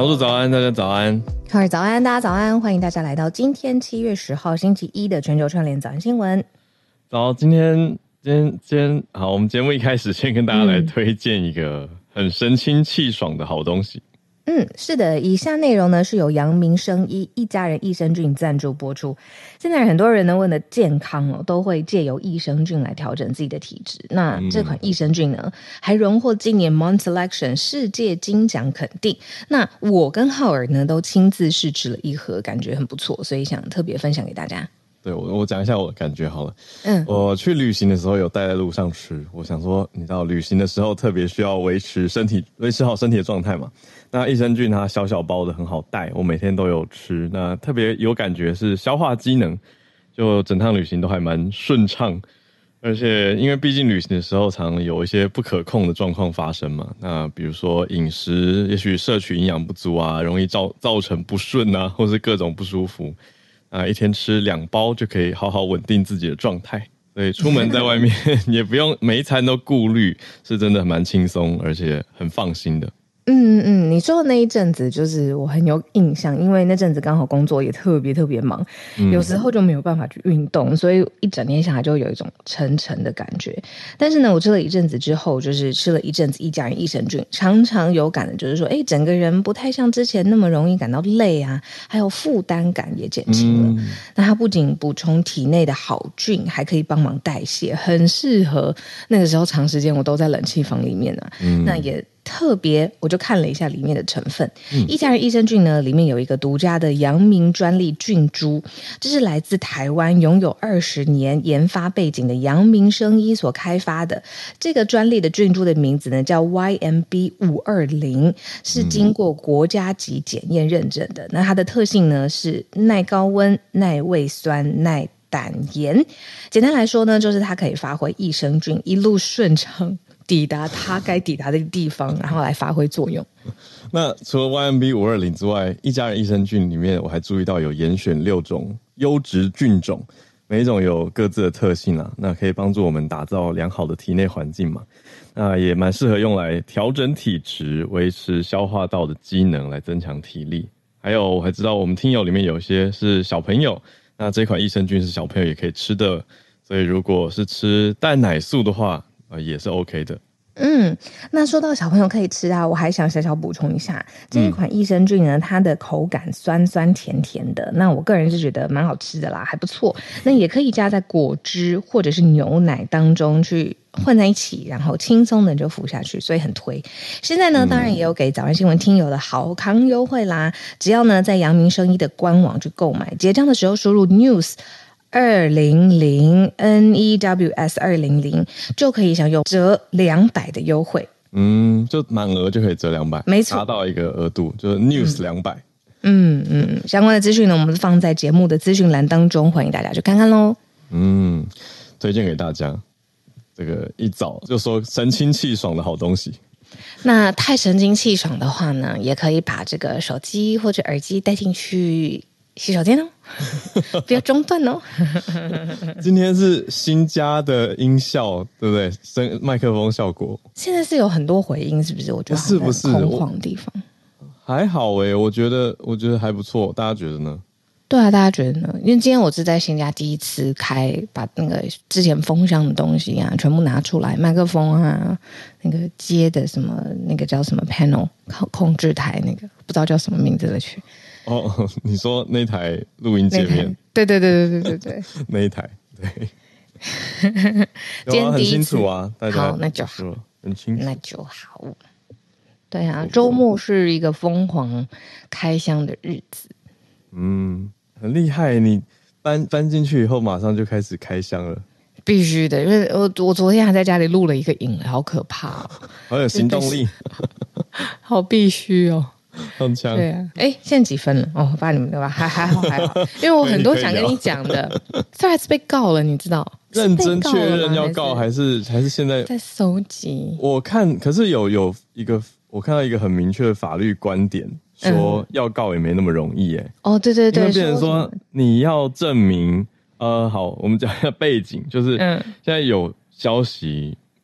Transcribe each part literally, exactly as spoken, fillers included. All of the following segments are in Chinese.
老鼠早安，大家早安。 好，早安，大家早安，欢迎大家来到今天七月十号星期一的全球串联早安新闻。 早，今天今天今天好，我们节目一开始先跟大家来推荐一个很神清气爽的好东西。 嗯，是的，以下内容呢是由阳明生医一家人益生菌赞助播出。现在很多人呢问的健康哦，都会借由益生菌来调整自己的体质。那这款益生菌呢，嗯、还荣获今年 Mon Selection 世界金奖肯定。那我跟浩尔呢都亲自试吃了一盒，感觉很不错，所以想特别分享给大家。 对，我我讲一下我的感觉好了。嗯，我去旅行的时候有带在路上吃。我想说，你知道旅行的时候特别需要维持身体维持好身体的状态嘛。那益生菌它小小包的很好带，我每天都有吃。那特别有感觉是消化机能，就整趟旅行都还蛮顺畅。而且因为毕竟旅行的时候常有一些不可控的状况发生嘛。那比如说饮食也许摄取营养不足啊，容易造造成不顺啊，或是各种不舒服。啊，一天吃两包就可以好好稳定自己的状态，所以出门在外面也不用每一餐都顾虑，是真的蛮轻松，而且很放心的。 嗯嗯，你说的那一阵子就是我很有印象，因为那阵子刚好工作也特别特别忙，嗯、有时候就没有办法去运动，所以一整天下来就有一种沉沉的感觉。但是呢，我吃了一阵子之后，就是吃了一阵子一家人益生菌，常常有感的就是说，哎，整个人不太像之前那么容易感到累啊，还有负担感也减轻了。嗯、那它不仅补充体内的好菌，还可以帮忙代谢，很适合那个时候长时间我都在冷气房里面啊，嗯、那也。特别我就看了一下里面的成分，嗯、一家人益生菌呢里面有一个独家的阳明专利菌株，这是来自台湾拥有二十年研发背景的阳明生医所开发的。这个专利的菌株的名字呢叫 Y M B 五二零， 是经过国家级检验认证的。嗯、那它的特性呢是耐高温、耐胃酸、耐胆盐。简单来说呢，就是它可以发挥益生菌一路顺畅抵达它该抵达的地方，然后来发挥作用。 那除了 Y M B 五二零 之外，一家人益生菌里面我还注意到有严选六种优质菌种，每一种有各自的特性啊，那可以帮助我们打造良好的体内环境嘛。那也蛮适合用来调整体质，维持消化道的机能，来增强体力。还有我还知道我们听友里面有些是小朋友，那这款益生菌是小朋友也可以吃的，所以如果是吃蛋奶素的话呃，也是 OK 的。 嗯，那说到小朋友可以吃啊，我还想小小补充一下，这一款益生菌呢，它的口感酸酸甜甜的，那我个人是觉得蛮好吃的啦，还不错。那也可以加在果汁或者是牛奶当中去混在一起，然后轻松的就服下去，所以很推。现在呢，当然也有给早安新闻听友的好康优惠啦，只要呢在阳明生医的官网去购买，结账的时候输入 news二零零 N E W S 二零零就可以享有折两百的优惠。 嗯，就满额就可以折两百， 没错， 达到一个额度就是 news 两百。 嗯嗯，相关的资讯呢，我们放在节目的资讯栏当中，欢迎大家去看看咯。 嗯，推荐给大家，这个一早就说神清气爽的好东西。 那太神清气爽的话呢，也可以把这个手机或者耳机带进去洗手间哦，不要中断哦。 今天是新加的音效，对不对？声麦克风效果现在是有很多回音，是不是？我觉得是不是空旷的地方还好诶、欸，我觉得我觉得还不错，大家觉得呢？ 对啊，大家觉得呢？因为今天我是在新家第一次开，把那个之前封箱的东西啊，全部拿出来，麦克风啊，那个接的什么，那个叫什么 panel 控制台，那个不知道叫什么名字了去。 哦，你说那台录音界面？ 对对对对对对对， 那一台对，有啊，很清楚啊，大家好，那就好， 很清楚， 那就好。对啊，周末是一个疯狂开箱的日子。 嗯，很厉害，你搬搬进去以后马上就开始开箱了。 必须的，因为我我昨天还在家里录了一个影，好可怕哦， 好有行动力， 好必须哦。 很强， 对啊，哎，现在几分了？哦，我发你们对吧？还还好还好，因为我很多想跟你讲的，这还是被告了，你知道？ 认真确认要告还是还是现在在搜集？ 我看，可是有有一个，我看到一个很明确的法律观点，说要告也没那么容易哎。 哦，对对对， 因为变成说你要证明，呃，好，我们讲一下背景，就是现在有消息。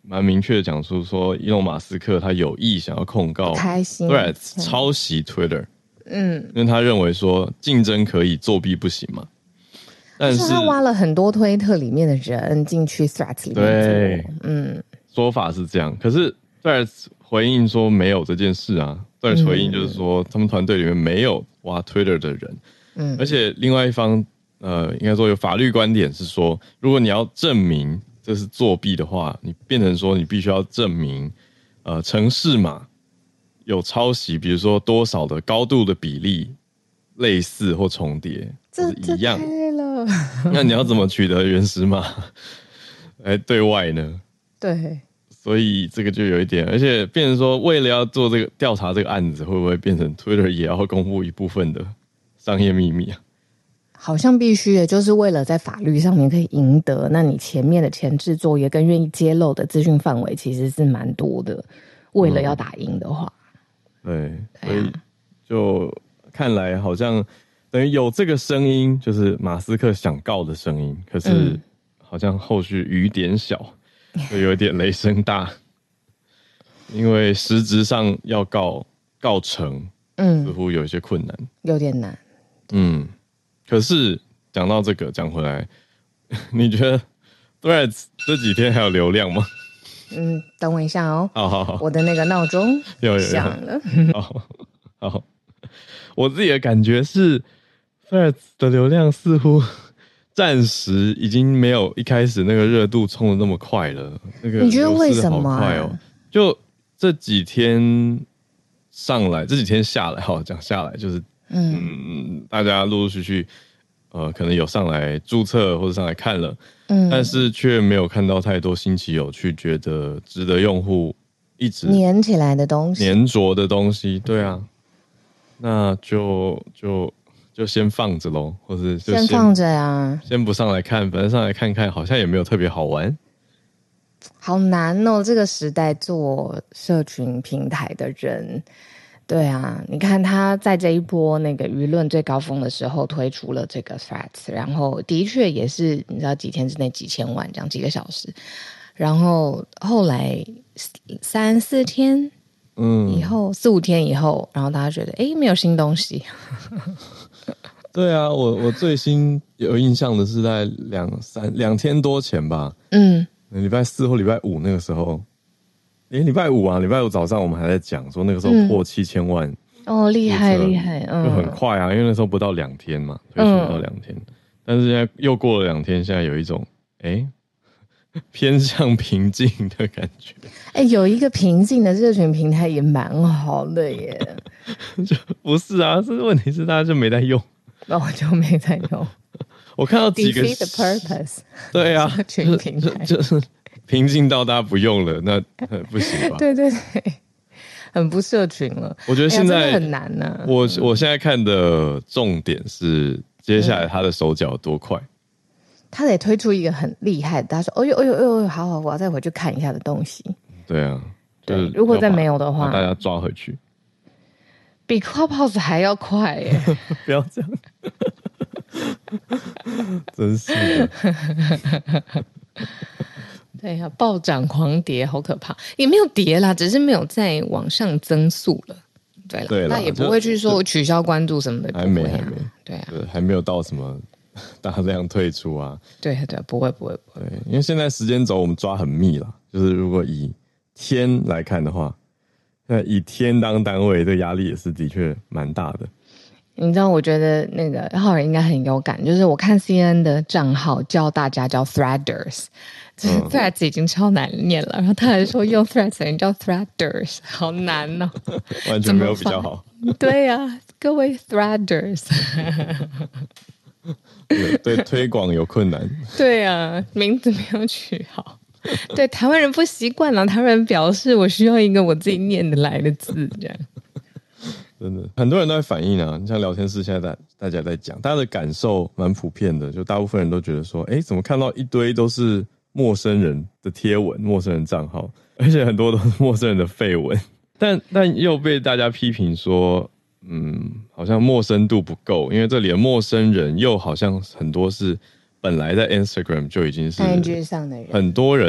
蛮明确的讲出说，伊隆马斯克他有意想要控告 Threads 抄袭 Twitter， 嗯，因为他认为说竞争可以，作弊不行嘛。但是他挖了很多推特里面的人进去 Threads 里面做， 对， 嗯， 说法是这样，可是 Threads 回应说没有这件事啊。Threads 回应就是说，他们团队里面没有挖 Twitter 的人，嗯，而且另外一方。呃，应该说有法律观点是说，如果你要证明这是作弊的话，你变成说你必须要证明，呃，程式码有抄袭，比如说多少的高度的比例类似或重叠， 这一样。 了那你要怎么取得原始码来对外呢？ 对， 所以这个就有一点，而且变成说，为了要做这个调查这个案子，会不会变成 Twitter 也要公布一部分的商业秘密啊？ 好像必须的，就是为了在法律上面可以赢得，那你前面的前置作业跟愿意揭露的资讯范围其实是蛮多的。为了要打赢的话， 嗯、对，所以就看来好像等于有这个声音，就是马斯克想告的声音，可是好像后续雨点小，就有点雷声大，因为实质上要告告成，嗯，似乎有一些困难， 有点难， 嗯。可是讲到这个，讲回来，你觉得 Threads 这几天还有流量吗？ 嗯，等我一下哦。 好好好， 我的那个闹钟响了。 好，好，我自己的感觉是 Threads 的流量似乎暂时已经没有一开始那个热度冲的那么快了。那个你觉得为什么、啊？ 快哦，就这几天上来，这几天下来，好讲下来就是。嗯, 嗯，大家陆陆续续，呃，可能有上来注册或者上来看了，嗯，但是却没有看到太多新奇有趣、觉得值得用户一直粘起来的东西、 粘着的东西。对啊，那就就就先放着咯，或者就 先, 先放着呀， 先不上来看，反正上来看看，好像也没有特别好玩。 好难哦，这个时代做社群平台的人。对啊，你看他在这一波那个舆论最高峰的时候推出了这个 Threads， 然后的确也是你知道几天之内几千万这样几个小时，然后后来三四天，嗯，以后四五天以后，然后大家觉得哎没有新东西。 对啊，我我最新有印象的是在两三两天多前吧，嗯，礼拜四或礼拜五那个时候。诶，礼拜五啊，礼拜五早上我们还在讲说那个时候破七千万、 嗯、哦，厉害厉害，嗯， 就很快啊，因为那时候不到两天嘛，推出不到两天、嗯，但是现在又过了两天，现在有一种诶偏向平静的感觉。 哎，有一个平静的社群平台也蛮好的耶。 就不是啊，这问题是大家就没在用， 那我就没在用。 我看到几个 defeat the purpose， 对啊， 社群平台就 是, 就是平静到大家不用了，那不行吧？ 对对对，很不社群了。 我觉得现在、 哎、很难呢、啊。 我我现在看的重点是接下来他的手脚多快。嗯、 他得推出一个很厉害的，他说：“哦呦哦呦哦呦，好好，我要再回去看一下的东西。” 对啊， 对，如果再没有的话， 把大家抓回去， 比 Clubhouse 还要快耶！ 不要这样，真是的。 对呀、啊，暴涨狂跌，好可怕！也没有跌啦，只是没有再往上增速了。对了，对那也不会去说取消关注什么的， 还没还没， 对啊， 对，还没有到什么大量退出啊。 对对，不会不会不会。 对，因为现在时间轴我们抓很密了，就是如果以天来看的话，那以天当单位，这压力也是的确蛮大的。 你知道，我觉得那个浩然应该很有感，就是我看 C N N 的账号叫大家叫 Threaders。嗯、Threads 已经超难念了，然后他还说用 Threads 人叫 Threaders， 好难哦， 完全没有比较好。 对呀、啊，各位 Threaders， 对, 对推广有困难。 对啊，名字没有取好。对，台湾人不习惯了，台湾人表示我需要一个我自己念得来的字，这样。 真的，很多人都在反映啊，你像聊天室现在大大家在讲，大家的感受蛮普遍的，就大部分人都觉得说，哎，怎么看到一堆都是陌生人的贴文、陌生人账号，而且很多都是陌生人的废文，但但又被大家批评说，嗯，好像陌生度不够，因为这里的陌生人又好像很多是本来在 Instagram 就已经是 I G 上的人， 很多人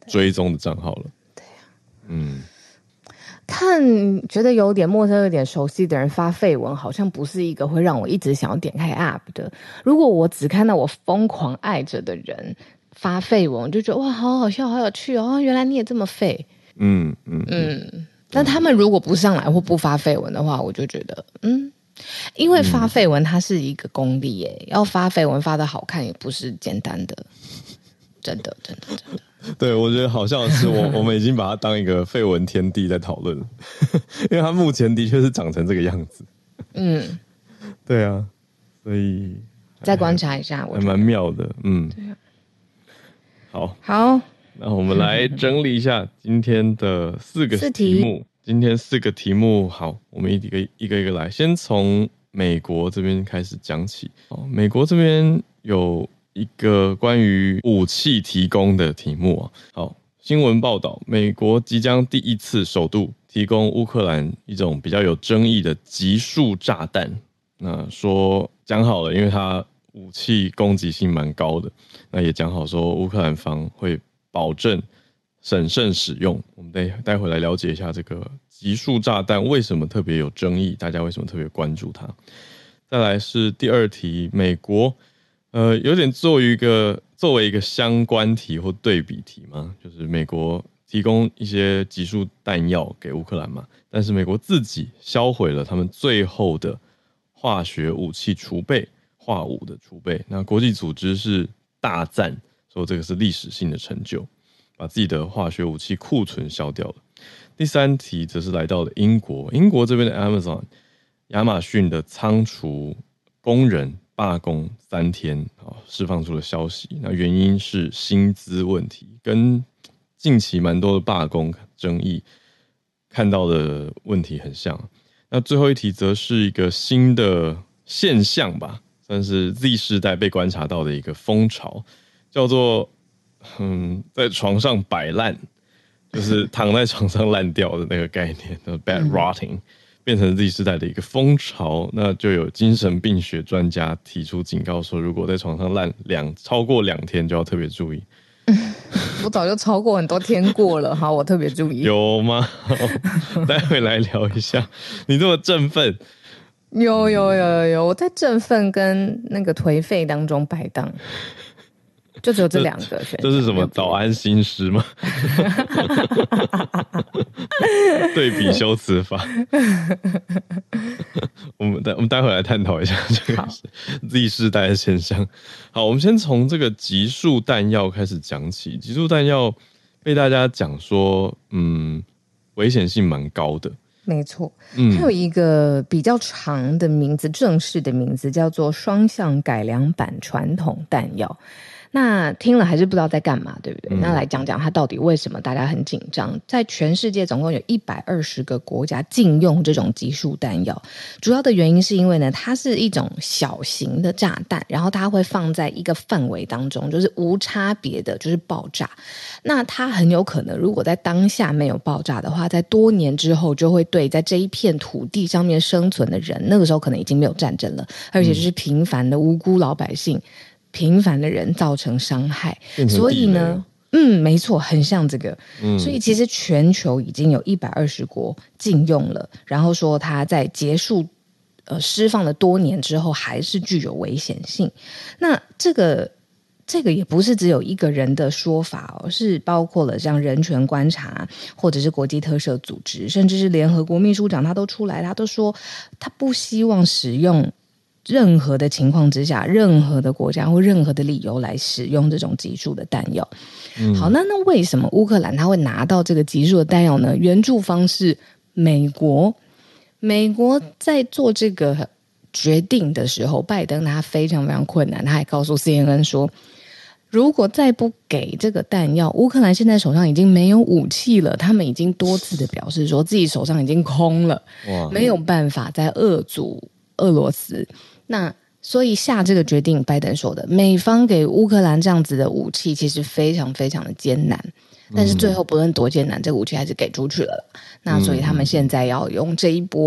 追踪的账号了。 对啊， 嗯， 看觉得有点陌生、有点熟悉的人发绯闻，好像不是一个会让我一直想要点开 App 的。如果我只看到我疯狂爱着的人发绯闻，我就觉得哇，好好笑，好有趣哦！原来你也这么废。 嗯嗯嗯。但他们如果不上来或不发绯闻的话，我就觉得嗯。因为发绯闻它是一个功力耶、嗯，要发绯闻发得好看也不是简单的，真的真的真的。 对，我觉得好像是我我们已经把它当一个绯闻天地在讨论了，因为它目前的确是长成这个样子。嗯，对啊，所以再观察一下，我还蛮妙的。嗯，对啊。好， 好， 那我们来整理一下今天的四个题目。今天四个题目，好，我们一个一个一个来，先从美国这边开始讲起。美国这边有一个关于武器提供的题目啊。好，新闻报道，美国即将第一次首度提供乌克兰一种比较有争议的集束炸弹。那说讲好了，因为它武器攻击性蛮高的，那也讲好说乌克兰方会保证审慎使用。我们待待会来了解一下这个集束炸弹为什么特别有争议，大家为什么特别关注它。再来是第二题，美国呃有点作为一个作为一个相关题或对比题嘛，就是美国提供一些集束弹药给乌克兰嘛，但是美国自己销毁了他们最后的化学武器储备，化武的储备。那国际组织是大赞说这个是历史性的成就，把自己的化学武器库存销掉了。第三题则是来到了英国，英国这边的 Amazon 亚马逊的仓储工人罢工三天，释放出了消息。那原因是薪资问题，跟近期蛮多的罢工争议看到的问题很像。那最后一题则是一个新的现象吧，算是 Z 世代被观察到的一个风潮，叫做嗯，在床上摆烂，就是躺在床上烂掉的那个概念，bed rotting，变成 Z 世代的一个风潮。那就有精神病学专家提出警告说，如果在床上烂两超过两天，就要特别注意。 我早就超过很多天过了，好，我特别注意。 有吗？待会来聊一下。你这么振奋， 有有有有有，我在振奋跟那个颓废当中摆荡。就只有这两个选项。 这是什么早安新诗吗？对比修辞法。我们待我们待会来探讨一下这个 Z 世代的现象。好，我们先从这个集束弹药开始讲起。集束弹药被大家讲说，嗯，危险性蛮高的。 没错，它有一个比较长的名字，正式的名字叫做双向改良版传统弹药。那听了还是不知道在干嘛，对不对？嗯、那来讲讲它到底为什么大家很紧张。在全世界总共有一百二十个国家禁用这种集束弹药，主要的原因是因为呢，它是一种小型的炸弹，然后它会放在一个范围当中，就是无差别的就是爆炸。那它很有可能如果在当下没有爆炸的话，在多年之后就会对在这一片土地上面生存的人，那个时候可能已经没有战争了，而且就是平凡的无辜老百姓、平凡的人造成伤害。所以呢，嗯，没错，很像这个。嗯、所以其实全球已经有一百二十国禁用了，然后说它在结束呃释放了多年之后还是具有危险性。那这个。这个也不是只有一个人的说法哦，是包括了像人权观察或者是国际特赦组织，甚至是联合国秘书长他都出来，他都说他不希望使用任何的情况之下，任何的国家或任何的理由来使用这种集束的弹药。嗯、好，那那为什么乌克兰他会拿到这个集束的弹药呢？援助方是美国，美国在做这个决定的时候，拜登他非常非常困难，他还告诉 C N N 说，如果再不给这个弹药，乌克兰现在手上已经没有武器了，他们已经多次的表示说自己手上已经空了，没有办法再遏阻俄罗斯。那所以下这个决定，拜登说的，美方给乌克兰这样子的武器其实非常非常的艰难，但是最后不论多艰难，这个武器还是给出去了。那所以他们现在要用这一波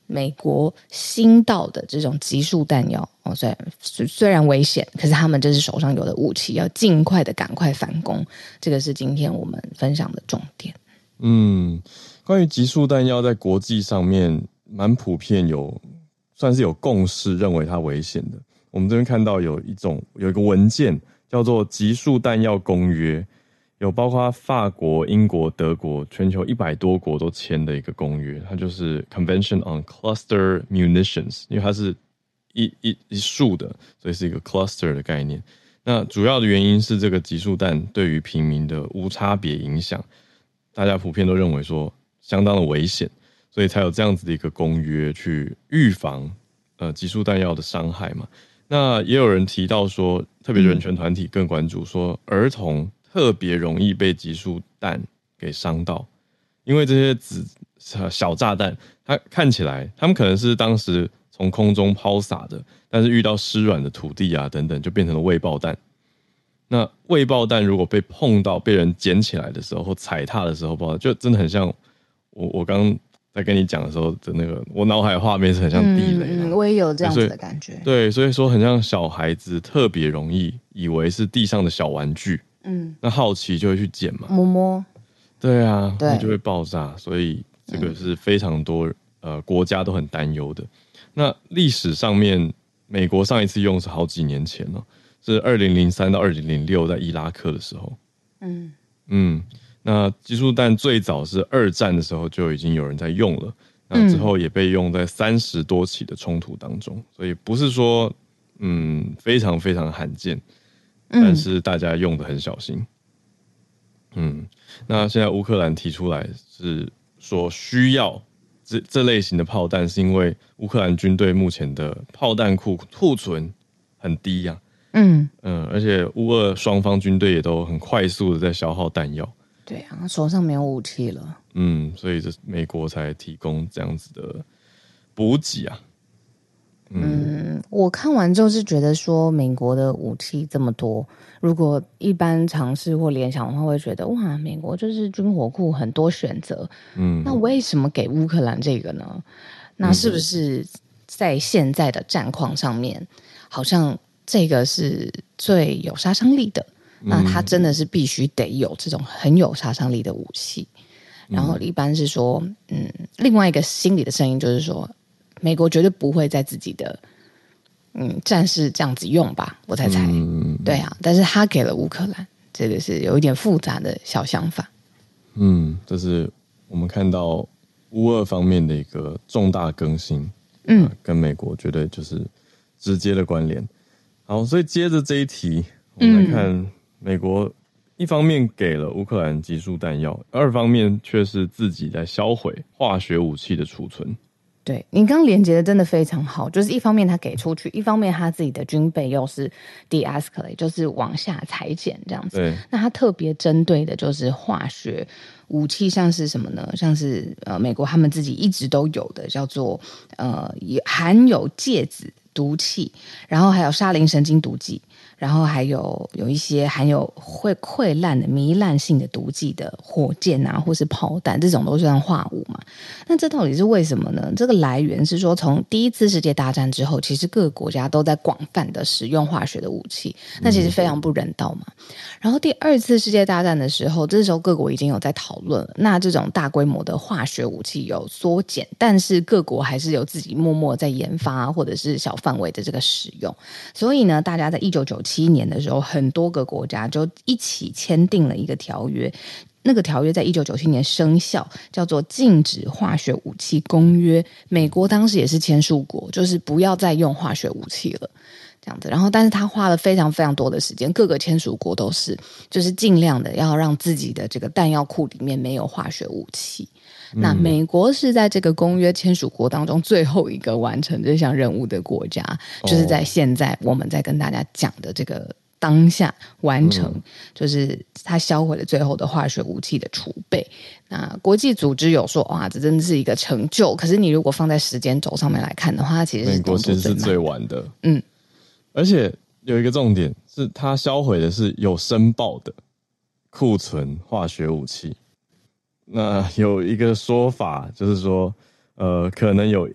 美国新到的这种集束弹药哦，虽然虽然危险，可是他们这是手上有的武器，要尽快的赶快反攻。这个是今天我们分享的重点。 嗯，关于集束弹药在国际上面蛮普遍有，算是有共识，认为它危险的。我们这边看到有一种有一个文件叫做《集束弹药公约》，有包括法国、英国、德国，全球一百多国都签的一个公约，它就是 Convention on Cluster Munitions， 因为它是一一一束的，所以是一个 cluster 的概念。那主要的原因是这个集束弹对于平民的无差别影响，大家普遍都认为说相当的危险，所以才有这样子的一个公约去预防呃集束弹药的伤害嘛。那也有人提到说，特别人权团体更关注说，儿童特别容易被集束弹给伤到，因为这些子小炸弹，它看起来他们可能是当时从空中抛洒的，但是遇到湿软的土地啊等等，就变成了未爆弹。那未爆弹如果被碰到、被人捡起来的时候或踩踏的时候，爆就真的很像我我刚在跟你讲的时候的那个，我脑海画面是很像地雷、啊。 嗯嗯，我也有这样子的感觉。 对，所以说很像小孩子特别容易以为是地上的小玩具，嗯，那好奇就会去捡嘛， 摸摸。 对啊，那就会爆炸，所以这个是非常多、嗯、呃国家都很担忧的。那历史上面，美国上一次用是好几年前了。是二零零三到二零零六在伊拉克的时候，嗯嗯，那集束弹最早是二战的时候就已经有人在用了，那之后也被用在三十多起的冲突当中，所以不是说嗯非常非常罕见，但是大家用得很小心。嗯，那现在乌克兰提出来是说需要这这类型的炮弹，是因为乌克兰军队目前的炮弹库库存很低呀、啊。嗯嗯，而且乌俄双方军队也都很快速的在消耗弹药。 对啊，手上没有武器了。 嗯，所以这美国才提供这样子的补给啊。 嗯, 嗯，我看完之后是觉得说，美国的武器这么多，如果一般尝试或联想的话，会觉得哇，美国就是军火库很多选择。嗯，那为什么给乌克兰这个呢？那是不是在现在的战况上面，好像这个是最有杀伤力的，那它真的是必须得有这种很有杀伤力的武器。嗯、然后一般是说，嗯，另外一个心理的声音就是说，美国绝对不会在自己的嗯战事这样子用吧，我才猜。嗯、对啊，但是他给了乌克兰，这个是有一点复杂的小想法。 嗯，这是我们看到乌俄方面的一个重大更新，嗯、呃，跟美国绝对就是直接的关联。好，所以接着这一题，我们来看美国一方面给了乌克兰集束弹药，二方面却是自己在销毁化学武器的储存。 对，你刚刚连接的真的非常好，就是一方面他给出去，一方面他自己的军备又是 de-escalate， 就是往下裁减这样子。对，那他特别针对的就是化学武器，像是什么呢？像是呃美国他们自己一直都有的叫做呃含有芥子毒气，然后还有沙林神经毒剂，然后还有有一些含有会溃烂的糜烂性的毒剂的火箭啊，或是炮弹，这种都算化武嘛。那这到底是为什么呢？这个来源是说，从第一次世界大战之后，其实各个国家都在广泛的使用化学的武器，那其实非常不人道嘛。然后第二次世界大战的时候，这时候各国已经有在讨论了，那这种大规模的化学武器有缩减，但是各国还是有自己默默在研发或者是小范围的这个使用。所以呢，大家在一九九七年的时候，很多个国家就一起签订了一个条约，那个条约在一九九七年生效，叫做禁止化学武器公约。美国当时也是签署国，就是不要再用化学武器了这样子。然后但是他花了非常非常多的时间，各个签署国都是就是尽量的要让自己的这个弹药库里面没有化学武器。那美国是在这个公约签署国当中最后一个完成这项任务的国家，就是在现在我们在跟大家讲的这个当下完成，就是他销毁了最后的化学武器的储备。那国际组织有说，哇，这真的是一个成就。可是你如果放在时间轴上面来看的话，它其实是美国其实是最晚的。嗯，而且有一个重点是，它销毁的是有申报的库存化学武器。那有一个说法就是说，呃，可能有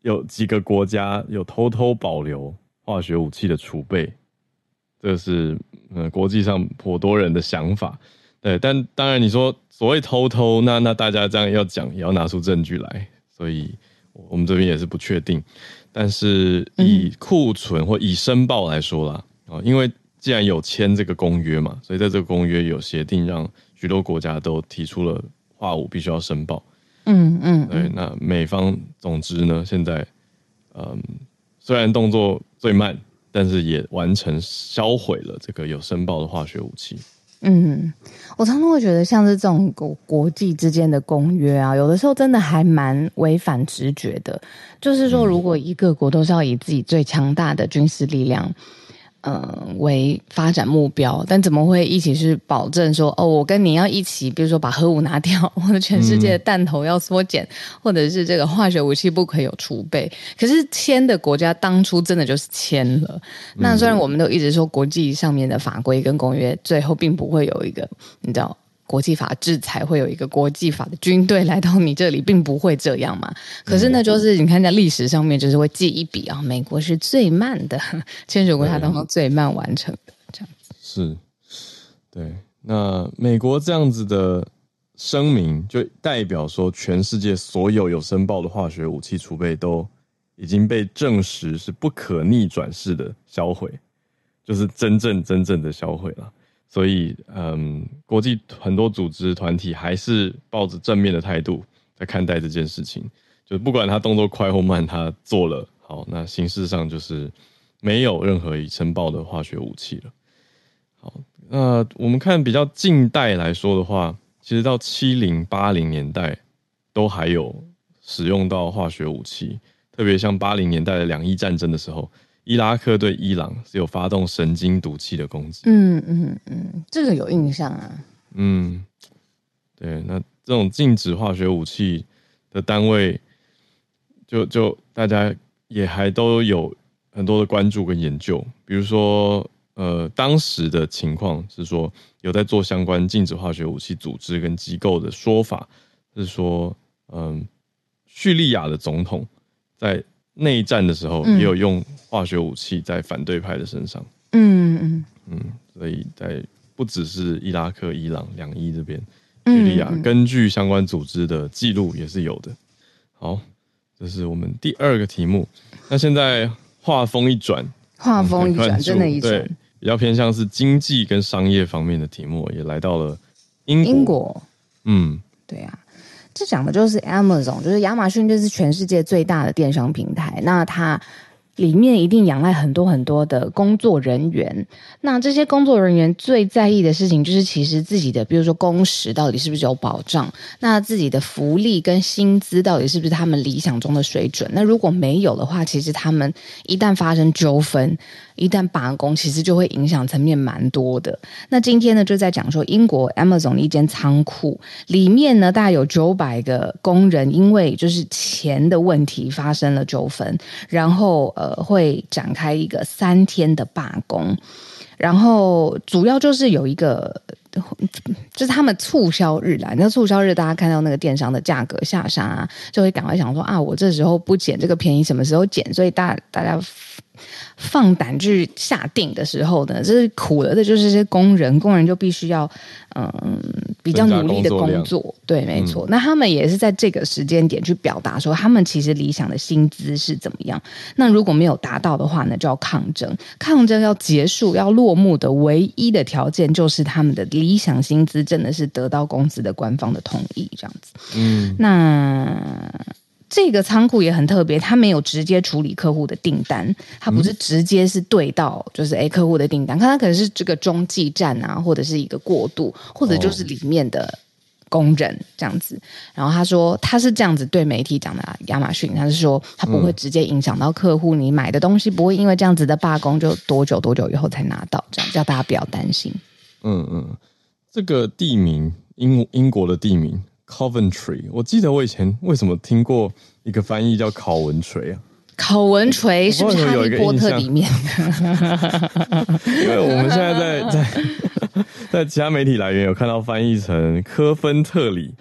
有几个国家有偷偷保留化学武器的储备，这是呃国际上颇多人的想法。对，但当然你说所谓偷偷，那那大家这样要讲，也要拿出证据来，所以我们这边也是不确定。但是以库存或以申报来说啦，哦，因为既然有签这个公约嘛，所以在这个公约有协定，让许多国家都提出了化武必须要申报。 嗯嗯， 对，那美方总之呢，现在嗯，虽然动作最慢，但是也完成销毁了这个有申报的化学武器。 嗯，我常常会觉得像是这种国国际之间的公约啊，有的时候真的还蛮违反直觉的。就是说，如果一个国都是要以自己最强大的军事力量，呃，为发展目标，但怎么会一起去保证说，哦，我跟你要一起，比如说把核武拿掉，或者全世界的弹头要缩减，嗯、或者是这个化学武器不可以有储备？可是签的国家当初真的就是签了。那虽然我们都一直说国际上面的法规跟公约，最后并不会有一个，你知道。国际法制裁会有一个国际法的军队来到你这里，并不会这样嘛。可是呢，就是你看在历史上面，就是会记一笔啊，美国是最慢的签署国家当中最慢完成的，这样子。 是，对。那美国这样子的声明，就代表说，全世界所有有申报的化学武器储备都已经被证实是不可逆转式的销毁，就是真正真正的销毁了。所以，嗯，国际很多组织团体还是抱着正面的态度在看待这件事情，就不管他动作快或慢，他做了好，那形式上就是没有任何已申报的化学武器了。好，那我们看比较近代来说的话，其实到七零八零年代都还有使用到化学武器，特别像八零年代的两伊战争的时候。伊拉克对伊朗是有发动神经毒气的攻击。 嗯嗯嗯，这个有印象啊。 嗯，对，那这种禁止化学武器的单位就，就就大家也还都有很多的关注跟研究。比如说，呃，当时的情况是说，有在做相关禁止化学武器组织跟机构的说法是说，嗯，叙利亚的总统在内战的时候也有用化学武器在反对派的身上。 嗯嗯嗯，所以在不只是伊拉克、伊朗、两伊这边，叙利亚根据相关组织的记录也是有的。好，这是我们第二个题目。那现在话锋一转， 话锋一转，真的一转， 对，比较偏向是经济跟商业方面的题目，也来到了英国。 英国， 嗯， 对啊。这讲的就是 Amazon， 就是亚马逊，就是全世界最大的电商平台。那它里面一定仰赖很多很多的工作人员。那这些工作人员最在意的事情，就是其实自己的，比如说工时到底是不是有保障，那自己的福利跟薪资到底是不是他们理想中的水准。那如果没有的话，其实他们一旦发生纠纷，一旦罢工，其实就会影响层面蛮多的。那今天呢，就在讲说英国 Amazon 的一间仓库里面呢，大概有九百个工人因为就是钱的问题发生了纠纷，然后呃会展开一个三天的罢工。然后主要就是有一个，就是他们促销日啦，那促销日大家看到那个电商的价格下杀啊，就会赶快想说啊，我这时候不捡这个便宜，什么时候捡？所以大大家放胆去下定的时候呢，这是苦了的就是这些工人，工人就必须要嗯比较努力的工作，对，没错、嗯。那他们也是在这个时间点去表达说，他们其实理想的薪资是怎么样。那如果没有达到的话呢，就要抗争，抗争要结束要落幕的唯一的条件就是他们的理想薪资真的是得到公司的官方的同意，这样子。嗯，那。这个仓库也很特别，它没有直接处理客户的订单，它不是直接是对到就是诶客户的订单，看它可能是这个中继站啊，或者是一个过渡，或者就是里面的工人这样子。然后他说他是这样子对媒体讲的、啊，亚马逊他是说他不会直接影响到客户，你买的东西不会因为这样子的罢工就多久多久以后才拿到，这样叫大家不要担心。 嗯嗯，这个地名英英国的地名。Coventry， 我记得我以前为什么听过一个翻译叫考文垂啊？ 考文垂是不是哈利波特里面的？ 因为我们现在在在在其他媒体来源有看到翻译成科芬特里，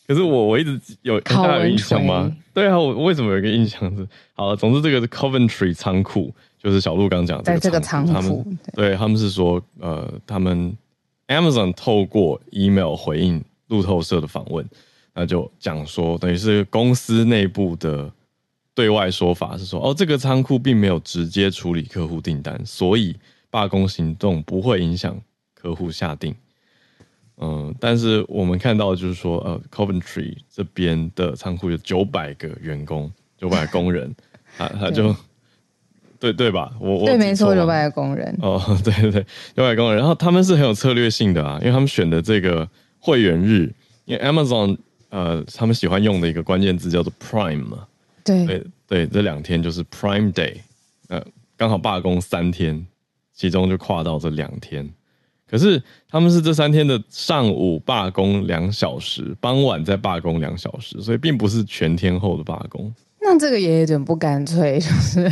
可是我我一直有大家有印象吗？对啊，我为什么有一个印象是，好了，总之这个 Coventry 仓库就是小鹿刚讲的这个仓库， 这个仓库他们对他们是说，呃，他们 Amazon 透过 email 回应路透社的访问，那就讲说，等于是公司内部的对外说法是说，哦，这个仓库并没有直接处理客户订单，所以罢工行动不会影响客户下订。嗯，但是我们看到就是说，呃 ，Coventry 这边的仓库有九百个员工，九百工人，他他就对对吧？我我对，没错，九百个工人。 哦，对对对，九百工人，然后他们是很有策略性的啊，因为他们选的这个会员日，因为 Amazon 呃，他们喜欢用的一个关键字叫做 Prime 嘛， 对对对，这两天就是 Prime Day， 呃，刚好罢工三天，其中就跨到这两天。可是他们是这三天的上午罢工两小时，傍晚再罢工两小时，所以并不是全天候的罢工。 那这个也有点不干脆，就是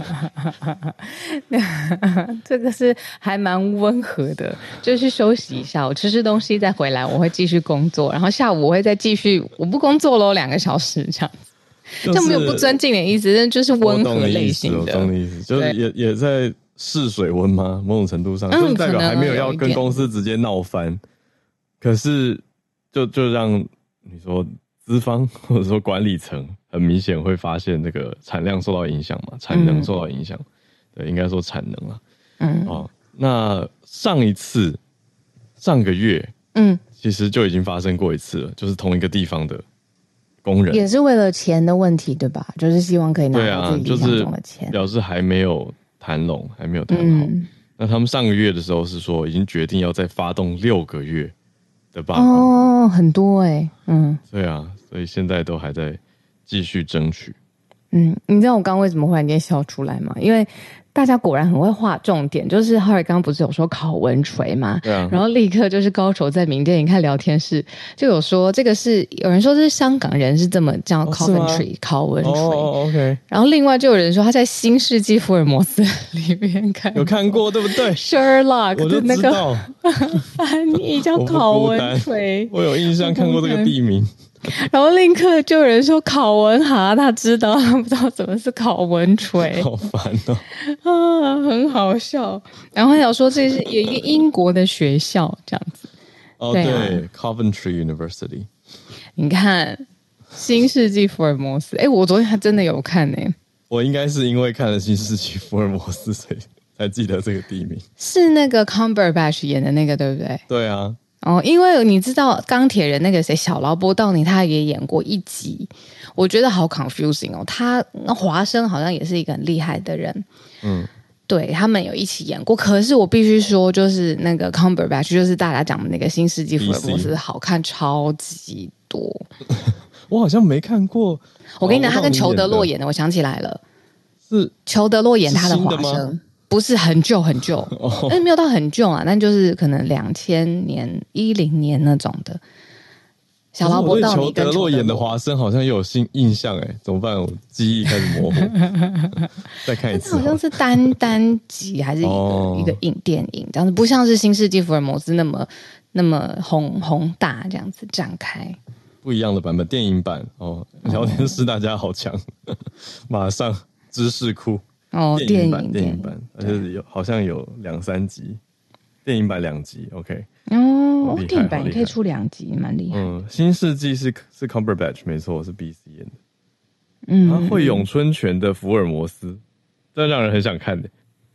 这个是还蛮温和的，就去休息一下，我吃吃东西再回来，我会继续工作，然后下午我会再继续，我不工作咯，两个小时这样子，就、这没有不尊敬的意思，但就是温和类型的。 我懂你意思，就是也也在试水温吗？某种程度上，就是代表还没有要跟公司直接闹翻，可是就就让你说资方或者说管理层很明显会发现那个产量受到影响嘛，产能受到影响，嗯、对，应该说产能啊。嗯，哦，那上一次上个月，嗯，其实就已经发生过一次了，就是同一个地方的工人也是为了钱的问题，对吧？就是希望可以拿到自己理想中的钱， 对啊，就是表示还没有谈拢，还没有谈好。嗯、那他们上个月的时候是说，已经决定要再发动六个月的罢工， 哦，很多哎、欸，嗯， 对啊，所以现在都还在继续争取。 嗯，你知道我刚刚为什么忽然间笑出来吗？因为大家果然很会画重点，就是浩尔刚刚不是有说考文垂嘛， 对啊， 然后立刻就是高手在明天你看聊天室就有说这个是有人说这是香港人是这么叫 Coventry、哦、考文垂、 哦 OK， 然后另外就有人说他在新世纪福尔摩斯里面看有看过对不对 Sherlock 的那个翻译叫考文垂， 我有印象看过这个地名。 然后立刻就有人说考文哈他知道，他不知道什么是考文垂， 好烦哦啊，很好笑。然后还有说这是有一个英国的学校这样子， 哦对、啊、对 Coventry University。 你看新世纪福尔摩斯，哎，我昨天还真的有看呢、欸。 我应该是因为看了新世纪福尔摩斯所以才记得这个地名， 是那个 Cumberbatch 演的那个对不对？ 对啊。 哦，因为你知道钢铁人那个谁小劳勃道尼他也演过一集，我觉得好 confusing 哦。他华生好像也是一个很厉害的人，嗯，对他们有一起演过。可是我必须说，就是那个 Cumberbatch， 就是大家讲的那个新世纪福尔摩斯，好看超级多。 我好像没看过。 我跟你讲，他跟裘德洛演的，我想起来了， 是裘德洛演他的华生。不是很旧很旧，但是没有到很旧啊，但就是可能两千年、一零年那种的。小劳勃道尼跟裘德洛演的华生好像又有新印象哎，怎么办？我记忆开始模糊，再看一次好。 好像是单单集还是一个、哦、一个影电影，这样子不像是新世纪福尔摩斯那么那么宏宏大这样子展开。 不一样的版本，电影版哦。聊天室大家好强，马上知识库。 哦， 电影版， 电影电影版，而且有好像有两三集，电影版两集 ，OK。 哦，电影版也可以出两集，蛮厉害。 嗯，新世纪是是 Cumberbatch 没错，是 B C 演的。嗯，他会咏春拳的福尔摩斯，这让人很想看的。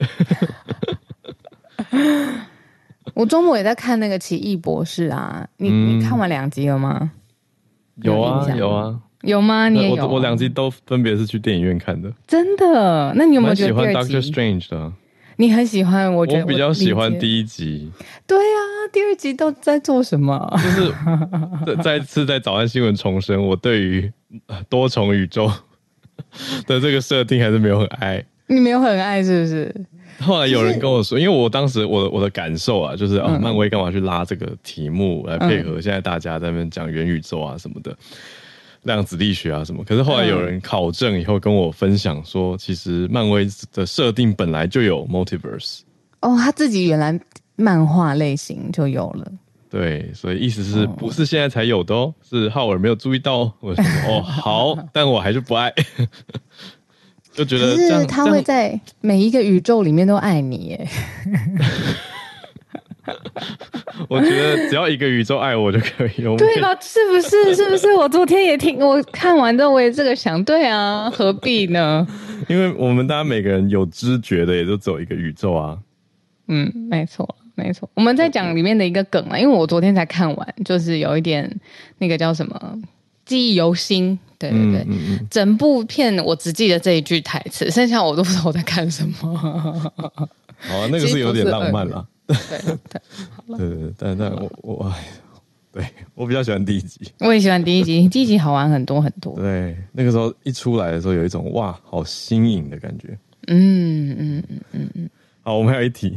我周末也在看那个《奇异博士》啊，你、嗯、你看完两集了吗？ 有啊，有啊。 有吗？你也有、啊？ 我我两集都分别是去电影院看的。 真的？那你有没有觉得第二集？ 喜欢 Doctor Strange 的、啊？ 你很喜欢？我觉得我比较喜欢第一集。 对啊，第二集都在做什么？ 就是再次在早安新闻重申，我对于多重宇宙的这个设定还是没有很爱。 你没有很爱是不是？ 后来有人跟我说，因为我当时我的我的感受啊，就是、嗯、啊，漫威干嘛去拉这个题目来配合现在大家在那边讲元宇宙啊什么的。量子力学啊什么，可是后来有人考证以后跟我分享说，其实漫威的设定本来就有 multiverse。 哦，他自己原来漫画类型就有了。 对，所以意思是不是现在才有的哦？是浩尔没有注意到哦。我说哦好，但我还是不爱，就觉得这样。 可是他会在每一个宇宙里面都爱你耶。 我觉得只要一个宇宙爱我就可以了， 对吧？是不是？是不是？我昨天也听，我看完之后我也这个想，对啊，何必呢？ 因为我们大家每个人有知觉的，也就只有一个宇宙啊。 嗯，没错。没错，我们在讲里面的一个梗啊，因为我昨天才看完，就是有一点那个叫什么记忆犹新，对对对，嗯嗯嗯，整部片我只记得这一句台词，剩下我都不知道我在看什么。 好啊，那个是有点浪漫啦。 对对对，好了， 对对对，但但我我对我比较喜欢第一集， 我也喜欢第一集，第一集好玩很多很多。 对，那个时候一出来的时候，有一种哇，好新颖的感觉。 嗯嗯嗯嗯嗯。 好，我们还有一题。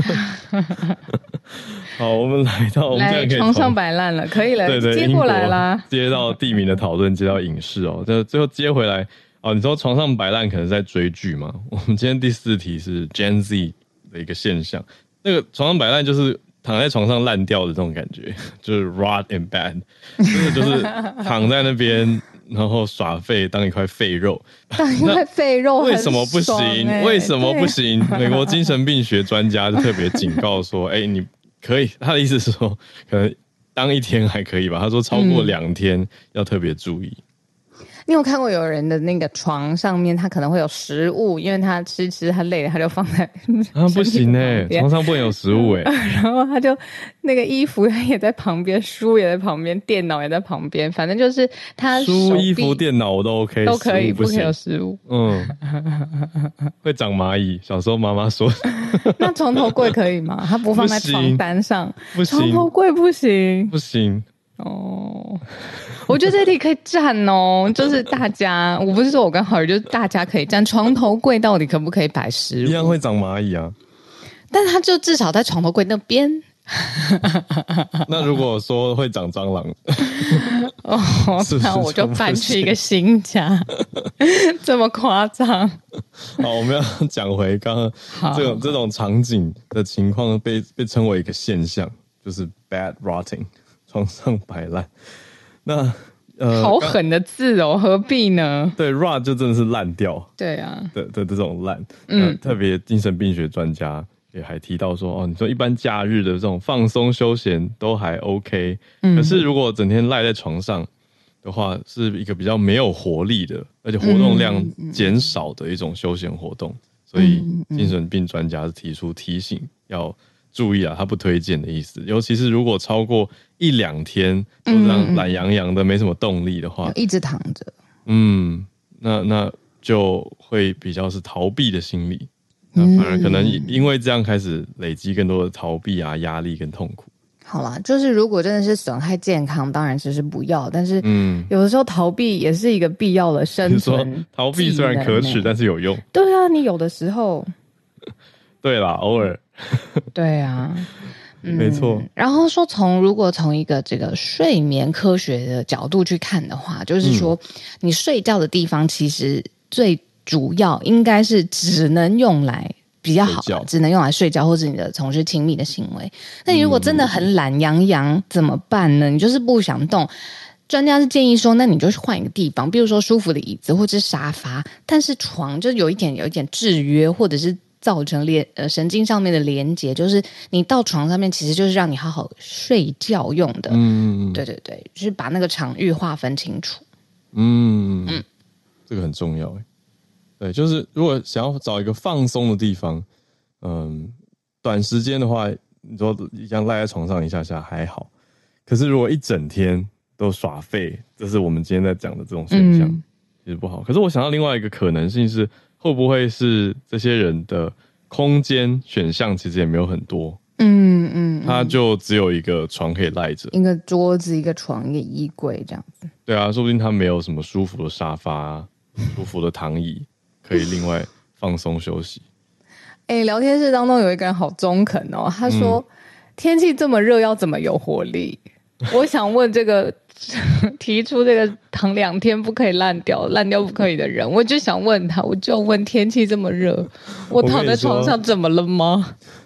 好，我们来到我们来床上摆烂了，可以了，对对，接过来啦， 接到地名的讨论，接到影视哦，就最后接回来哦。你说床上摆烂可能是在追剧吗？我们今天第四题是 Gen Z 的一个现象，那个床上摆烂就是躺在床上烂掉的这种感觉，就是 rot and bad， 真的就是躺在那边。然后耍废当一块废肉， 当一块废肉为什么不行？ 欸、 为什么不行？美国精神病学专家就特别警告说：“哎、欸，你可以。”他的意思是说，可能当一天还可以吧。他说超过两天要特别注意。嗯， 你有看过有人的那个床上面，他可能会有食物，因为他吃吃他累了，他就放在啊不行哎、欸，床上不能有食物哎、欸。 然后他就那个衣服他也在旁边，书也在旁边，电脑也在旁边，反正就是他书、衣服、电脑我都 OK， 都可以， 不可以有食物。 嗯，会长蚂蚁。小时候妈妈说， 那床头柜可以吗？他不放在床单上， 不行， 床头柜不行， 不行。 哦，我觉得这题可以站哦，就是大家，我不是说我跟浩宇，就是大家可以站。床头柜到底可不可以摆食物？ 一样会长蚂蚁啊， 但他就至少在床头柜那边。 那如果说会长蟑螂， 哦，那我就搬去一个新家，这么夸张？ 好，我们要讲回刚刚这种这种场景的情况被被称为一个现象，就是 bad rotting。床上摆烂，那呃， 好狠的字哦，何必呢？ 对 ，rot 就真的是烂掉， 对啊的的这种烂，嗯，特别精神病学专家也还提到说，哦，你说一般假日的这种放松休闲都还 OK，嗯，可是如果整天赖在床上的话，是一个比较没有活力的，而且活动量减少的一种休闲活动，嗯，所以精神病专家是提出提醒要注意啊，他不推荐的意思，尤其是如果超过一两天就这样懒洋洋的，没什么动力的话， 一直躺着， 嗯，那那就会比较是逃避的心理，那反而可能因为这样开始累积更多的逃避啊、压力跟痛苦。 好啦，就是如果真的是损害健康，当然就是不要。但是，嗯，有的时候逃避也是一个必要的生存。 逃避虽然可耻，但是有用。 对啊，你有的时候， 对啦，偶尔。 对啊， 嗯，没错。 然后说从如果从一个这个睡眠科学的角度去看的话，就是说，嗯，你睡觉的地方其实最主要应该是只能用来。比较好，只能用来睡觉或者你的从事亲密的行为。那你如果真的很懒洋洋怎么办呢？你就是不想动。专家是建议说，那你就换一个地方，比如说舒服的椅子或者是沙发，但是床就有一点有一点制约，或者是造成连呃神经上面的连结，就是你到床上面其实就是让你好好睡觉用的。嗯，对对对，就是把那个场域划分清楚。 嗯嗯，这个很重要耶。对，就是如果想要找一个放松的地方，嗯，短时间的话，你说一样赖在床上一下下还好，可是如果一整天都耍废，这是我们今天在讲的这种现象，嗯，其实不好。可是我想到另外一个可能性是，会不会是这些人的空间选项其实也没有很多，嗯嗯，他就只有一个床可以赖着， 一个桌子、一个床、一个衣柜这样子。 对啊，说不定他没有什么舒服的沙发、舒服的躺椅。可以另外放松休息。 哎、欸，聊天室当中有一个人好中肯哦，他说、嗯、天气这么热要怎么有活力？我想问这个提出这个躺两天不可以烂掉烂掉不可以的人，我就想问他，我就问天气这么热，我躺在床上怎么了吗？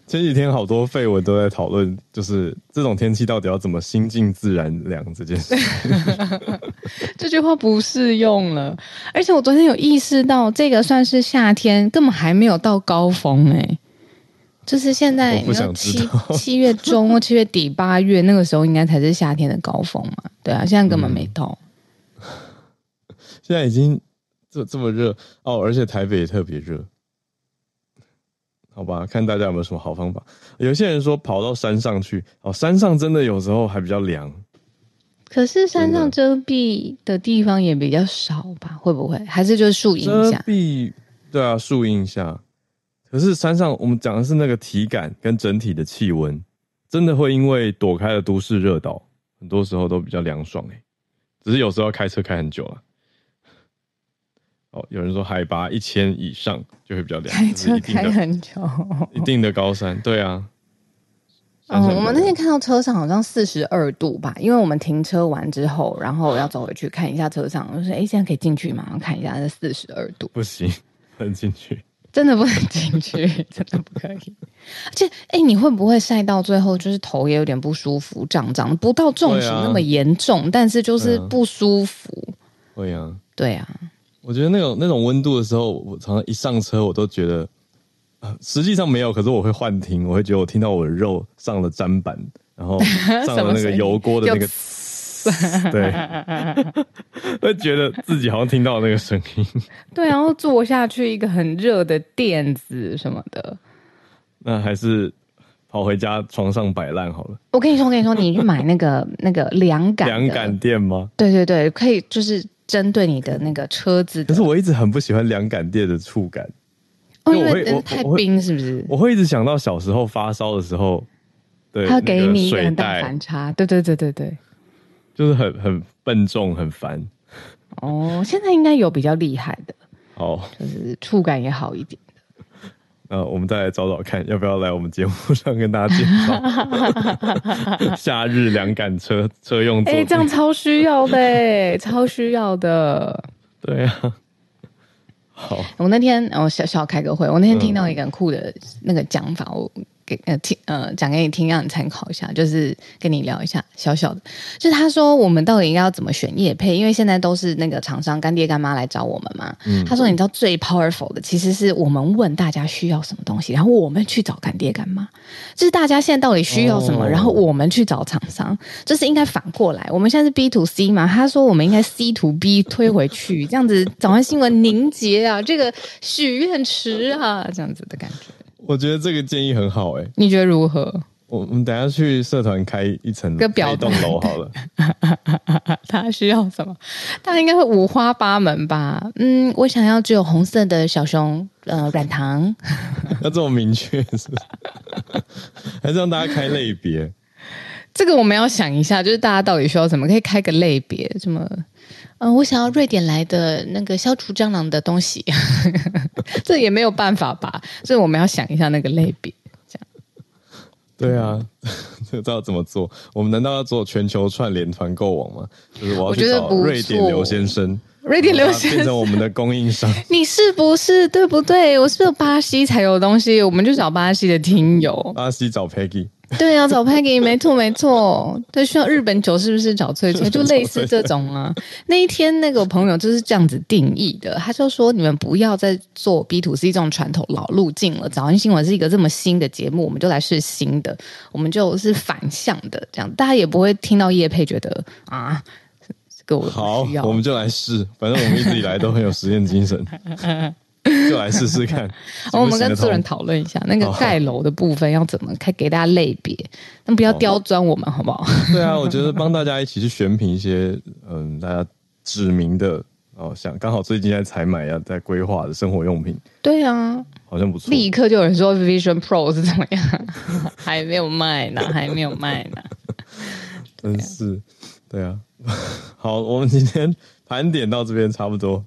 前几天好多废文都在讨论，就是这种天气到底要怎么心静自然凉这件事。 这句话不适用了。而且我昨天有意识到，这个算是夏天，根本还没有到高峰哎、欸。就是现在， 我不想知道七七月中或七月底八月那个时候，应该才是夏天的高峰嘛？对啊，现在根本没到。 嗯、现在已经这这么热哦，而且台北也特别热。好吧，看大家有没有什么好方法。有些人说跑到山上去，哦，山上真的有时候还比较凉。 可是山上遮蔽的地方也比较少吧？会不会？还是就是树荫下？ 遮蔽，对啊，树荫下。可是山上我们讲的是那个体感跟整体的气温，真的会因为躲开了都市热岛，很多时候都比较凉爽哎。只是有时候要开车开很久了。哦，有人说海拔一千以上就会比较凉， 开车开很久， 一定的高山，对啊。 嗯，我们那天看到车上好像四十二度吧，因为我们停车完之后，然后要走回去看一下车上，我说：“哎，现在可以进去吗？”然后看一下是四十二度， 不行，不能进去， 真的不能进去，真的不可以。而且，哎，你会不会晒到最后就是头也有点不舒服，胀胀，不到中暑那么严重，啊、但是就是不舒服。 会啊， 对啊。 我觉得那种那种温度的时候，我常常一上车，我都觉得，呃，实际上没有，可是我会幻听，我会觉得我听到我的肉上了砧板，然后上了那个油锅的那个，对，会觉得自己好像听到那个声音。 对，然后坐下去一个很热的垫子什么的， 那还是跑回家床上摆烂好了。 我跟你说，我跟你说，你去买那个那个凉感凉感垫吗？ 对对对，可以就是。针对你的那个车子， 可是我一直很不喜欢凉感垫的触感， 哦，因为太冰是不是？ 我会一直想到小时候发烧的时候，对， 它给你一个很大反差，对对对对对， 就是很很笨重，很烦。 哦，现在应该有比较厉害的， 哦， 就是触感也好一点。 呃，我们再来找找看，要不要来我们节目上跟大家介绍夏日凉感车车用座椅？哎、 欸，这样超需要的哎，超需要的。 对啊，好， 我那天我小小开个会，我那天听到一个很酷的那个讲法，我给呃听呃讲给你听，让你参考一下，就是跟你聊一下小小的，就是他说我们到底应该要怎么选业配，因为现在都是那个厂商干爹干妈来找我们嘛。嗯、他说你知道最 powerful 的其实是我们问大家需要什么东西，然后我们去找干爹干妈，就是大家现在到底需要什么，哦、然后我们去找厂商，就是应该反过来。我们现在是 B to C 嘛，他说我们应该 C to B 推回去，这样子早安新闻凝结啊，这个许愿池啊，这样子的感觉。 我觉得这个建议很好哎、欸， 你觉得如何？ 我我们等一下去社团开一层个表一栋楼好了。 他需要什么？他应该会五花八门吧？嗯，我想要只有红色的小熊，呃，软糖。 要这么明确是不是？还是让大家开类别？ 这个我们要想一下，就是大家到底需要什么？可以开个类别，什么？嗯、呃，我想要瑞典来的那个消除蟑螂的东西，这也没有办法吧？所以我们要想一下那个类别，这样。 对啊，这知道怎么做？我们难道要做全球串联团购网吗？就是我要去找瑞典刘先生， 瑞典刘先生变成我们的供应商。 你是不是对不对？我是不是巴西才有东西？我们就找巴西的听友， 巴西找 Peggy。 对啊，找 Peggy 没错没错。对，需要日本酒是不是找翠翠？就类似这种啊。那一天那个朋友就是这样子定义的，他就说你们不要再做 B to C 这种传统老路径了。早安新闻是一个这么新的节目，我们就来试新的，我们就是反向的，这样大家也不会听到业配觉得啊，这个我好，我们就来试。反正我们一直以来都很有实验精神。就来试试看。 哦、我们跟主人讨论一下那个盖楼的部分要怎么开，给大家类别，但不要刁钻我们，好不好？ 对啊，我觉得帮大家一起去选品一些，嗯，大家指明的哦，像刚好最近在采买要在规划的生活用品。 对啊， 好像不错。 立刻就有人说 Vision Pro 是怎么样？还没有卖呢，还没有卖呢。 真是，对啊。好，我们今天盘点到这边差不多。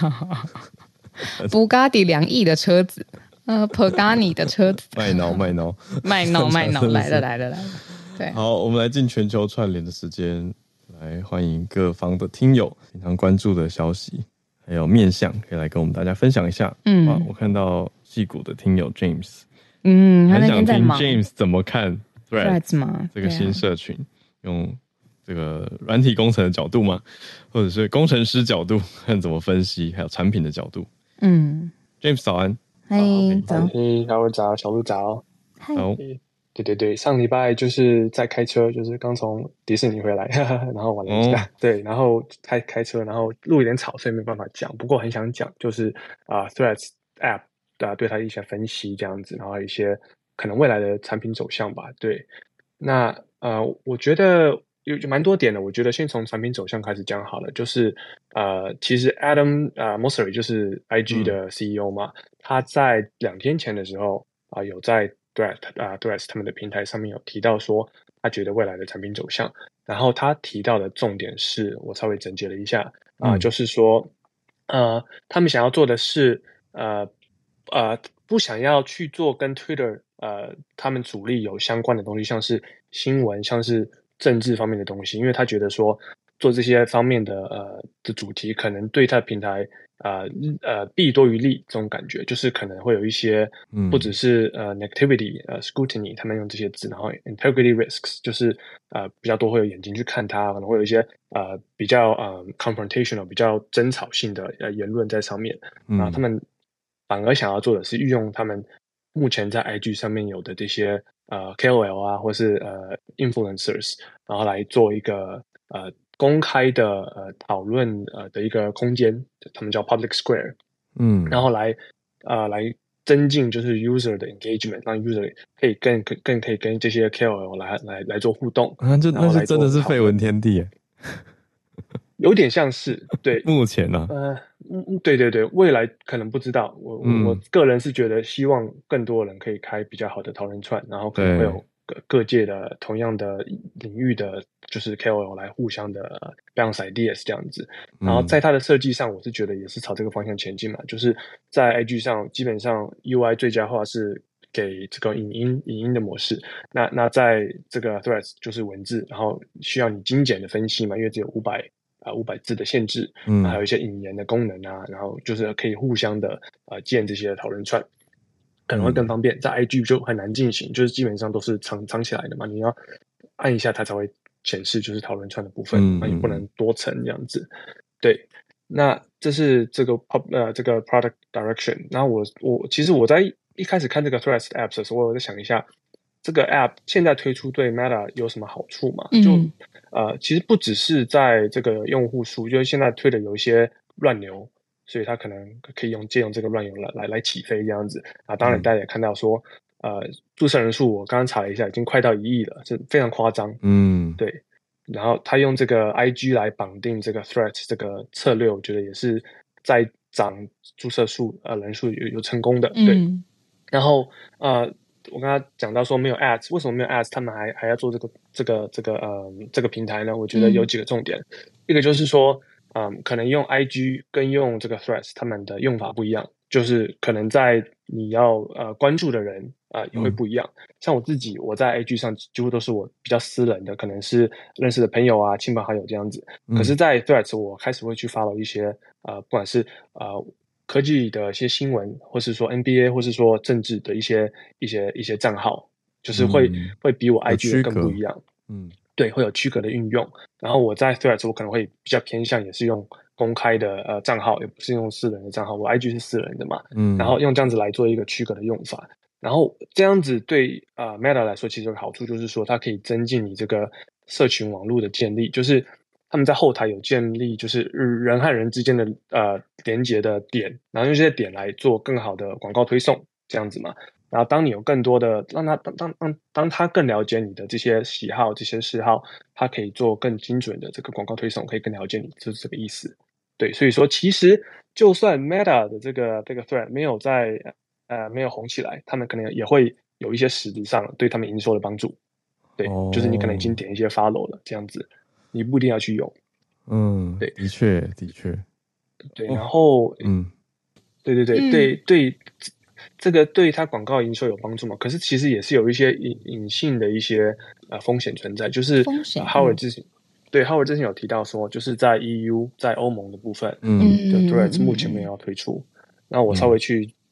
布加迪两亿的车子，呃 ，Pagani 的车子， 卖脑卖脑卖脑卖脑，来了来了来了，对， 好，我们来进全球串联的时间，来欢迎各方的听友平常关注的消息，还有面向，可以来跟我们大家分享一下。嗯，我看到矽谷的听友 James， 嗯，他那天在忙。James 怎么看 Threads 吗？ 这个新社群，啊、用这个软体工程的角度吗？或者是工程师角度看怎么分析，还有产品的角度。 嗯 ，James 早安。 嗨，早。 嘿，小伟早，小鹿早。 嗨。 对对对，上礼拜就是在开车，就是刚从迪士尼回来，呵呵然后玩了一下，哦、对，然后开开车，然后路有点吵，所以没办法讲。不过很想讲，就是啊、呃、，Threads App 啊、呃，对它一些分析这样子，然后还有一些可能未来的产品走向吧。对，那呃，我觉得有蛮多点的。我觉得先从产品走向开始讲好了。就是呃，其实 Adam 呃 Mosseri 就是 I G 的 C E O 嘛，嗯、他在两天前的时候啊、呃，有在Threads 啊 Threads 他们的平台上面有提到说，他觉得未来的产品走向。然后他提到的重点是，我稍微整结了一下啊、呃嗯，就是说呃，他们想要做的是呃呃，不想要去做跟 Twitter 呃他们主力有相关的东西，像是新闻，像是政治方面的东西，因为他觉得说做这些方面的呃的主题，可能对他的平台呃呃弊多于利这种感觉，就是可能会有一些不只是呃 negativity 呃 scrutiny 他们用这些字，然后 integrity risks 就是呃比较多会有眼睛去看它，可能会有一些呃比较呃 confrontational 比较争吵性的呃言论在上面，然后他们反而想要做的是运用他们目前在 I G 上面有的这些呃 K O L 啊，或是呃 influencers， 然后来做一个呃公开的呃讨论呃的一个空间，他们叫 Public Square， 嗯，然后来呃来增进就是 user 的 engagement， 让 user 可以更更更可以跟这些 K O L 来来来做互动， 啊，这那是真的是绯闻天地耶。 有点像是，对， 目前呢、啊， 呃，嗯，对对对，未来可能不知道，我、嗯、我个人是觉得希望更多人可以开比较好的讨论串，然后可能会有各各界的同样的领域的就是 K O L 来互相的 bounce ideas 这样子，然后在它的设计上，我是觉得也是朝这个方向前进嘛，就是在 I G 上基本上 U I 最佳化是给这个影音影音的模式，那那在这个 Threads 就是文字，然后需要你精简的分析嘛，因为只有五百。啊，五百字的限制，嗯，还有一些引言的功能啊，然后就是可以互相的呃建这些讨论串，可能会更方便。嗯、在 I G 就很难进行，就是基本上都是藏藏起来的嘛，你要按一下它才会显示，就是讨论串的部分，嗯，也不能多层这样子。对，那这是这个 pub 呃这个 product direction。然后我我其实我在一开始看这个 Threads apps 的时候，我在想一下。这个 app 现在推出对 Meta 有什么好处吗？嗯、就呃，其实不只是在这个用户数，就是现在推的有一些乱流，所以它可能可以用借用这个乱流来来来起飞这样子啊。当然，大家也看到说，呃，注册人数我刚刚查了一下，已经快到一亿了，是非常夸张。嗯，对。然后他用这个 I G 来绑定这个 Threads 这个策略，我觉得也是在涨注册数呃人数有有成功的。对，嗯、然后呃。我刚刚讲到说没有 ads， 为什么没有 ads？ 他们还还要做这个这个这个呃这个平台呢？我觉得有几个重点，嗯、一个就是说，嗯，可能用 I G 跟用这个 Threads 他们的用法不一样，就是可能在你要呃关注的人啊、呃、也会不一样。嗯、像我自己，我在 I G 上几乎都是我比较私人的，可能是认识的朋友啊、亲朋好友这样子。嗯、可是，在 Threads 我开始会去 follow 一些呃，不管是呃。科技的一些新闻，或是说 N B A， 或是说政治的一些一些一些账号，就是会、嗯、会比我 I G 的更不一样。嗯，对，会有区隔的运用。然后我在 Threads 我可能会比较偏向也是用公开的呃账号，也不是用私人的账号。我 I G 是私人的嘛，嗯，然后用这样子来做一个区隔的用法。然后这样子对啊、呃、Meta 来说，其实有个好处就是说，它可以增进你这个社群网络的建立，就是。他们在后台有建立，就是人和人之间的呃连接的点，然后用这些点来做更好的广告推送，这样子嘛。然后当你有更多的让他当当当当他更了解你的这些喜好、这些嗜好，他可以做更精准的这个广告推送，可以更了解你，就是这个意思。对，所以说其实就算 Meta 的这个这个 Thread 没有在呃没有红起来，他们可能也会有一些实质上对他们营收的帮助。对，哦、就是你可能已经点一些 follow 了，这样子。你不一定要去用， 嗯，对，的确，的确， 对，然后，嗯，对对对、嗯、对对，这个对它广告营收有帮助嘛？可是其实也是有一些隐隐性的一些呃风险存在，就是风险。 呃、Howard 之前、嗯、对 Howard 之前有提到说，就是在 E U 在欧盟的部分，嗯，的 Threads 目前没有要推出。那、嗯、我稍微去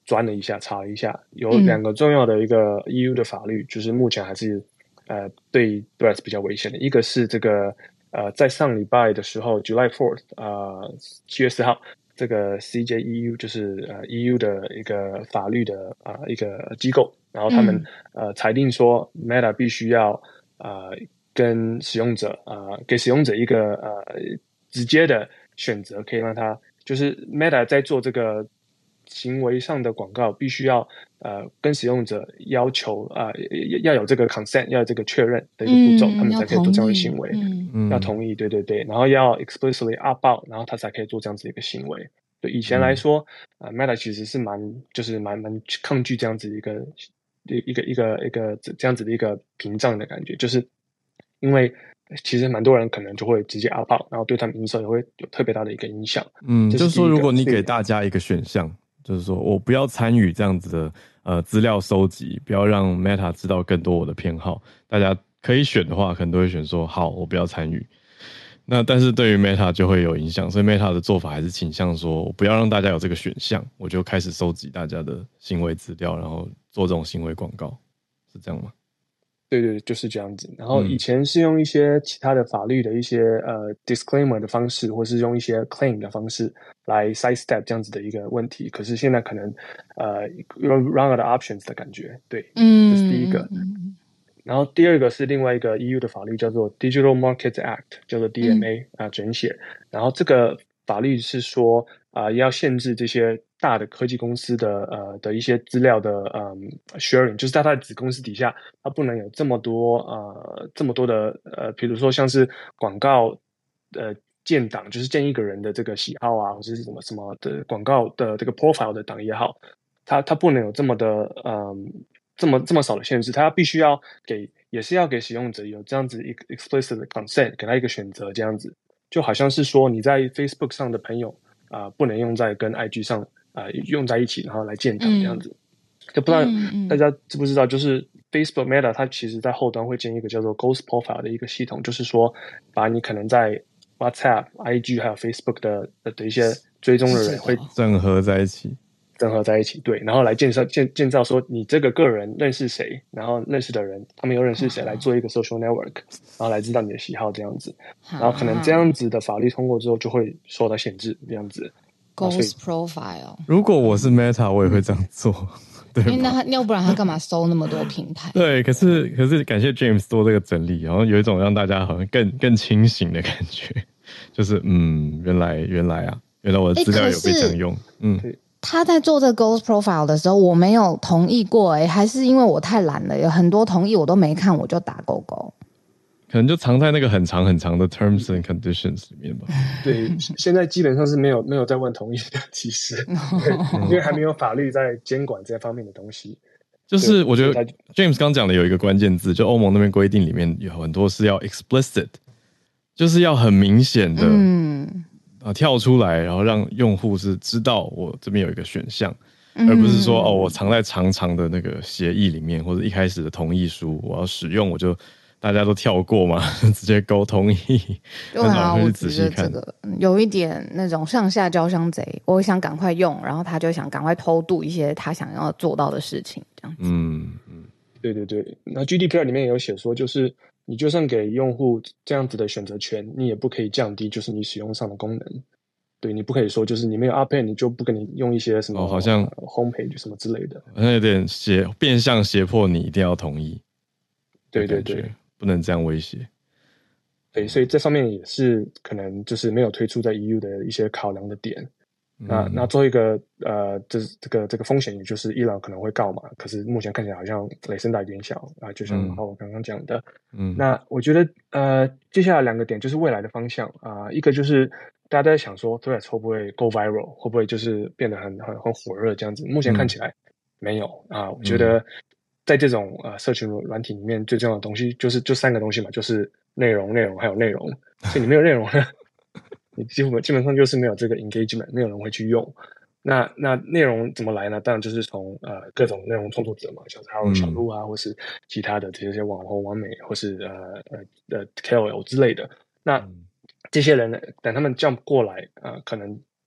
钻了一下，查了一下，有两个重要的一个 E U 的法律，嗯、就是目前还是呃对 threats 比较危险的。一个是这个呃在上礼拜的时候 ，July fourth， 呃七月四号，这个 C J E U 就是呃 E U 的一个法律的啊、呃、一个机构，然后他们、嗯、呃裁定说 Meta 必须要呃跟使用者呃给使用者一个呃直接的选择，可以让他就是 Meta 在做这个行为上的广告必须要呃跟使用者要求呃要有这个 consent， 要有这个确认的一个步骤、嗯、他们才可以做这样的行为，嗯、要同意，对对对，然后要 explicitly opt out， 然后他才可以做这样子一个行为。对以前来说、嗯、呃 Meta 其实是蛮就是蛮蛮抗拒这样子一个一个一个一个这样子的一个屏障的感觉，就是因为其实蛮多人可能就会直接 opt out， 然后对他们营收也会有特别大的一个影响。 嗯，就是说如果你给大家一个选项，就是说我不要参与这样子的呃资料收集，不要让 Meta 知道更多我的偏好，大家可以选的话，可能都会选说好，我不要参与。那但是对于 Meta 就会有影响，所以 Meta 的做法还是倾向说，我不要让大家有这个选项，我就开始收集大家的行为资料，然后做这种行为广告，是这样吗？ 对对，就是这样子。然后以前是用一些其他的法律的一些呃 disclaimer 的方式，或是用一些 claim 的方式来 sidestep 这样子的一个问题。可是现在可能呃 run out of options 的感觉，对，嗯，这是第一个。然后第二个是另外一个 E U 的法律，叫做 Digital Markets Act， 叫做 D M A 啊、嗯呃、简写。然后这个法律是说啊、呃，要限制这些大的科技公司的呃的一些资料的嗯 sharing， 就是在它的子公司底下，它不能有这么多呃这么多的呃，比如说像是广告呃建档，就是建一个人的这个喜好啊，或者是什么什么的广告的这个 profile 的档也好，它它不能有这么的嗯。这么这么少的限制，它必须要给，也是要给使用者有这样子一个 explicit 的 consent， 给他一个选择，这样子，就好像是说你在 Facebook 上的朋友啊、呃，不能用在跟 I G 上啊、呃、用在一起，然后来建档这样子。嗯、就不知道大家知不知道，就是 Facebook Meta 它其实在后端会建一个叫做 Ghost Profile 的一个系统，就是说把你可能在 WhatsApp、I G 还有 Facebook 的的一些追踪的人会整合在一起。 整合在一起，对，然后来建造建建造说你这个个人认识谁，然后认识的人他们又认识谁，来做一个 social network， 然后来知道你的喜好这样子，然后可能这样子的法律通过之后就会受到限制这样子。 Ghost Profile， 如果我是 Meta， 我也会这样做，对吧？ 因为那要不然他干嘛收那么多平台？ 对，可是可是感谢 James 做这个整理，然后有一种让大家好像更更清醒的感觉，就是嗯，原来原来啊，原来我的资料有被这样用，嗯。 他在做这个 Ghost Profile 的时候，我没有同意过、欸，还是因为我太懒了，有很多同意我都没看，我就打勾勾。 可能就藏在那个很长很长的 Terms and Conditions 里面吧。 对，现在基本上是没有没有在问同意的，其实，因为还没有法律在监管这方面的东西。 就是我觉得 James 刚讲的有一个关键字，就欧盟那边规定里面有很多是要 explicit， 就是要很明显的，嗯。啊，跳出来，然后让用户是知道我这边有一个选项，嗯、而不是说哦，我藏在长长的那个协议里面，或者一开始的同意书，我要使用我就大家都跳过嘛，直接勾同意。 对啊，我仔细看，这个有一点那种上下交相贼，我想赶快用，然后他就想赶快偷渡一些他想要做到的事情，这样子。 嗯嗯，对对对。那 G D P R 里面也有写说，就是你就算给用户这样子的选择权，你也不可以降低就是你使用上的功能。对，你不可以说就是你没有 App， 你就不跟你用一些什么、 哦、好像 homepage 什么之类的， 好像有点胁变相胁迫你一定要同意。 对对对， 不能这样威胁。 对，所以这方面也是可能就是没有推出在 E U 的一些考量的点。嗯、那那最后一个呃，这这个这个风险，也就是伊朗可能会告嘛，可是目前看起来好像雷声大雨点小啊，就像我刚刚讲的。嗯，那我觉得呃，接下来两个点就是未来的方向啊、呃，一个就是大家在想说 Threads 会不会 go viral， 会不会就是变得很很很火热这样子？目前看起来没有啊、嗯呃。我觉得在这种呃社群软体里面，最重要的东西就是就三个东西嘛，就是内容、内容还有内容。所以你没有内容呢？你基本基本上就是没有这个 engagement， 没有人会去用。那那内容怎么来呢？当然就是从呃各种内容创作者嘛，像是还有小鹿啊，嗯、或是其他的这些网红、网美，或是呃呃呃 K O L 之类的。那这些人呢，等他们 jump 过来，呃，可能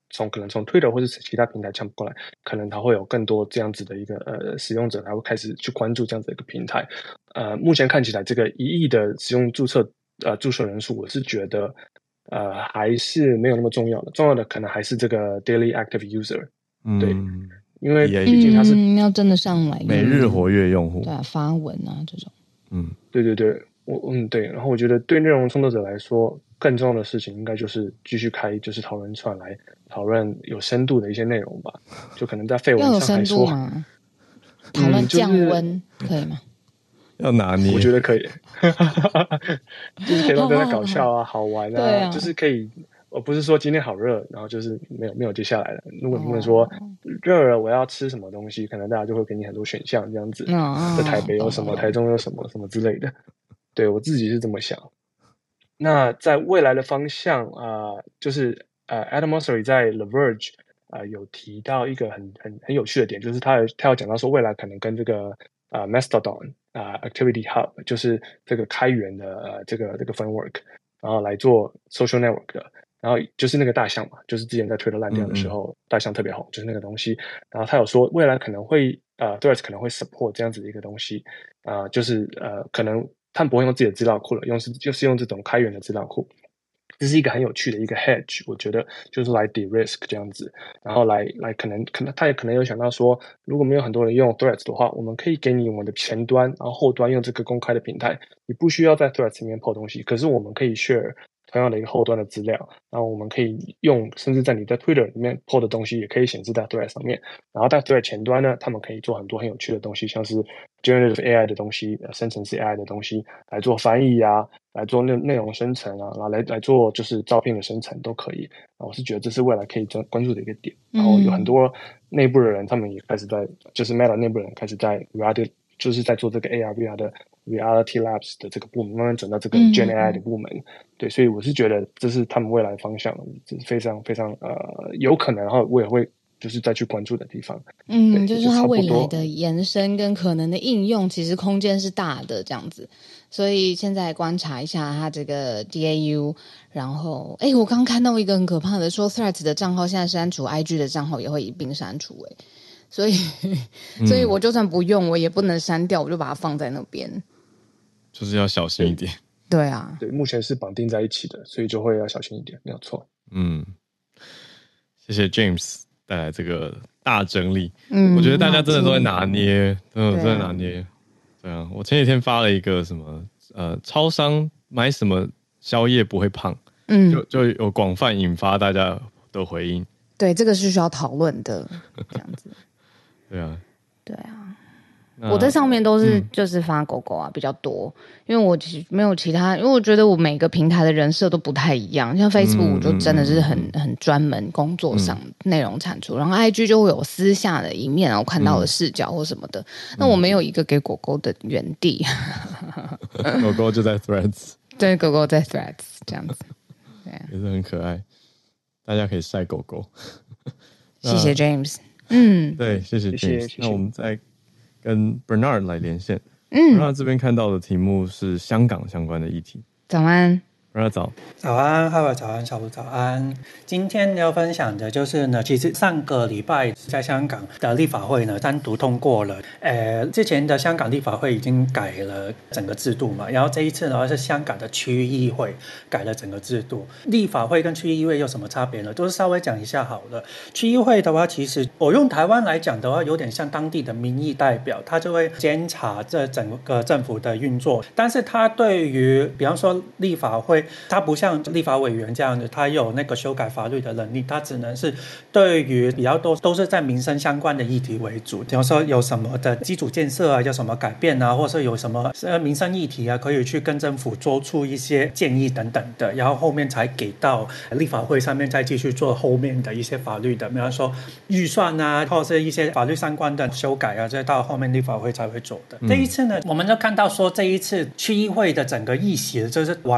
从可能从 Twitter 或是其他平台抢过来，可能它会有更多这样子的一个呃使用者，他会开始去关注这样子的一个平台。呃，目前看起来这个一亿的使用注册呃注册人数，我是觉得呃还是没有那么重要的，重要的可能还是这个 daily active user，嗯，对，因为毕竟它是、 嗯、要真的上来每日活跃用户， 对啊，发文啊这种， 嗯， 对对对，我嗯对，然后我觉得对内容创作者来说，更重要的事情应该就是继续开就是讨论串来讨论有深度的一些内容吧，就可能在废文上来说， 吗？讨论降温、嗯就是、可以吗？ 要拿捏， 我觉得可以，就是可以让大家搞笑啊、好玩啊，啊就是可以。我不是说今天好热，然后就是没有没有接下来了。如果你们说热了，我要吃什么东西，可能大家就会给你很多选项，这样子。 哦、 在台北有什么，台中有什么，什么之类的。对我自己是这么想。那在未来的方向啊、呃，就是呃 ，Adam Mosseri 在 The Verge 啊、呃、有提到一个很很很有趣的点，就是他他有讲到说未来可能跟这个啊、呃、Mastodon 啊、呃、Activity Hub 就是这个开源的呃这个这个 framework， 然后来做 social network 的。然后就是那个大象嘛，就是之前在推的烂掉的时候，嗯嗯大象特别红，就是那个东西。然后他有说未来可能会呃 Threads 可能会 support 这样子的一个东西，啊、呃，就是呃可能他们不会用自己的资料库了，用是就是用这种开源的资料库。这是一个很有趣的一个 hedge， 我觉得就是来 de-risk 这样子，然后来来可能可能他也可能有想到说，如果没有很多人用 Threads 的话，我们可以给你我们的前端，然后后端用这个公开的平台，你不需要在 Threads 里面 po 东西，可是我们可以 share。同样的一个后端的资料，然后我们可以用，甚至在你在 Twitter 里面 po 的东西，也可以显示在 Threads 上面。然后在 Threads 前端呢，他们可以做很多很有趣的东西，像是 generative A I 的东西、呃、生成式 A I 的东西，来做翻译啊，来做内内容生成啊，然后来来做就是照片的生成都可以。然后我是觉得这是未来可以关注的一个点。然后有很多内部的人，他们也开始在，就是 Meta 内部的人开始在 Reddit， 就是在做这个 A R V R 的。Reality Labs 的这个部门慢慢转到这个 Gen A I 的部门、嗯、对，所以我是觉得这是他们未来的方向，这是非常非常呃有可能，然后我也会就是再去关注的地方。 嗯，就是它未来的延伸跟可能的应用，其实空间是大的这样子。所以现在观察一下它这个 D A U， 然后哎，我刚看到一个很可怕的，说 Threads 的账号现在删除 ，I G 的账号也会一并删除哎。所以，所以我就算不用，我也不能删掉，我就把它放在那边。 就是要小心一点。 对啊， 对，目前是绑定在一起的，所以就会要小心一点，没有错。 嗯，谢谢 James 带来这个大整理。嗯，我觉得大家真的都在拿捏，真的真的拿捏。对啊，我前几天发了一个什么呃，超商买什么宵夜不会胖，嗯，就就有广泛引发大家的回应。 对，这个是需要讨论的，这样子。 对啊， 对啊。我在上面都是就是发狗狗啊、嗯、比较多，因为我其实没有其他，因为我觉得我每个平台的人设都不太一样，像 Facebook 我就真的是很、嗯、很专门工作上内容产出、嗯，然后 I G 就会有私下的一面，然后看到的视角或什么的，嗯、那我没有一个给狗狗的原地， 狗狗就在 Threads， 对，狗狗在 Threads 这样子，对、啊， 也是很可爱，大家可以晒狗狗。 谢谢 James， 嗯， 对，谢谢 James， 谢谢那我们再跟 Bernard 来连线。嗯 Bernard 这边看到的题目是香港相关的议题。 早安。 Bernard 早。 早安，哈喽，早安，小吴早安。今天要分享的就是呢，其实上个礼拜在香港的立法会呢单独通过了，呃，之前的香港立法会已经改了整个制度嘛，然后这一次呢是香港的区议会改了整个制度。立法会跟区议会有什么差别呢？都是稍微讲一下好了。区议会的话，其实我用台湾来讲的话，有点像当地的民意代表，他就会监察这整个政府的运作，但是他对于比方说立法会，他不像立法委员这样子，他有那个修改法律的能力，他只能是对于比较多都是在民生相关的议题为主，比方说有什么的基础建设啊，有什么改变啊，或是有什么民生议题啊，可以去跟政府做出一些建议等等的，然后后面才给到立法会上面再继续做后面的一些法律的，比方说预算啊，或是一些法律相关的修改啊，这到后面立法会才会做的。嗯、这一次呢，我们就看到说这一次区议会的整个议席就是完全的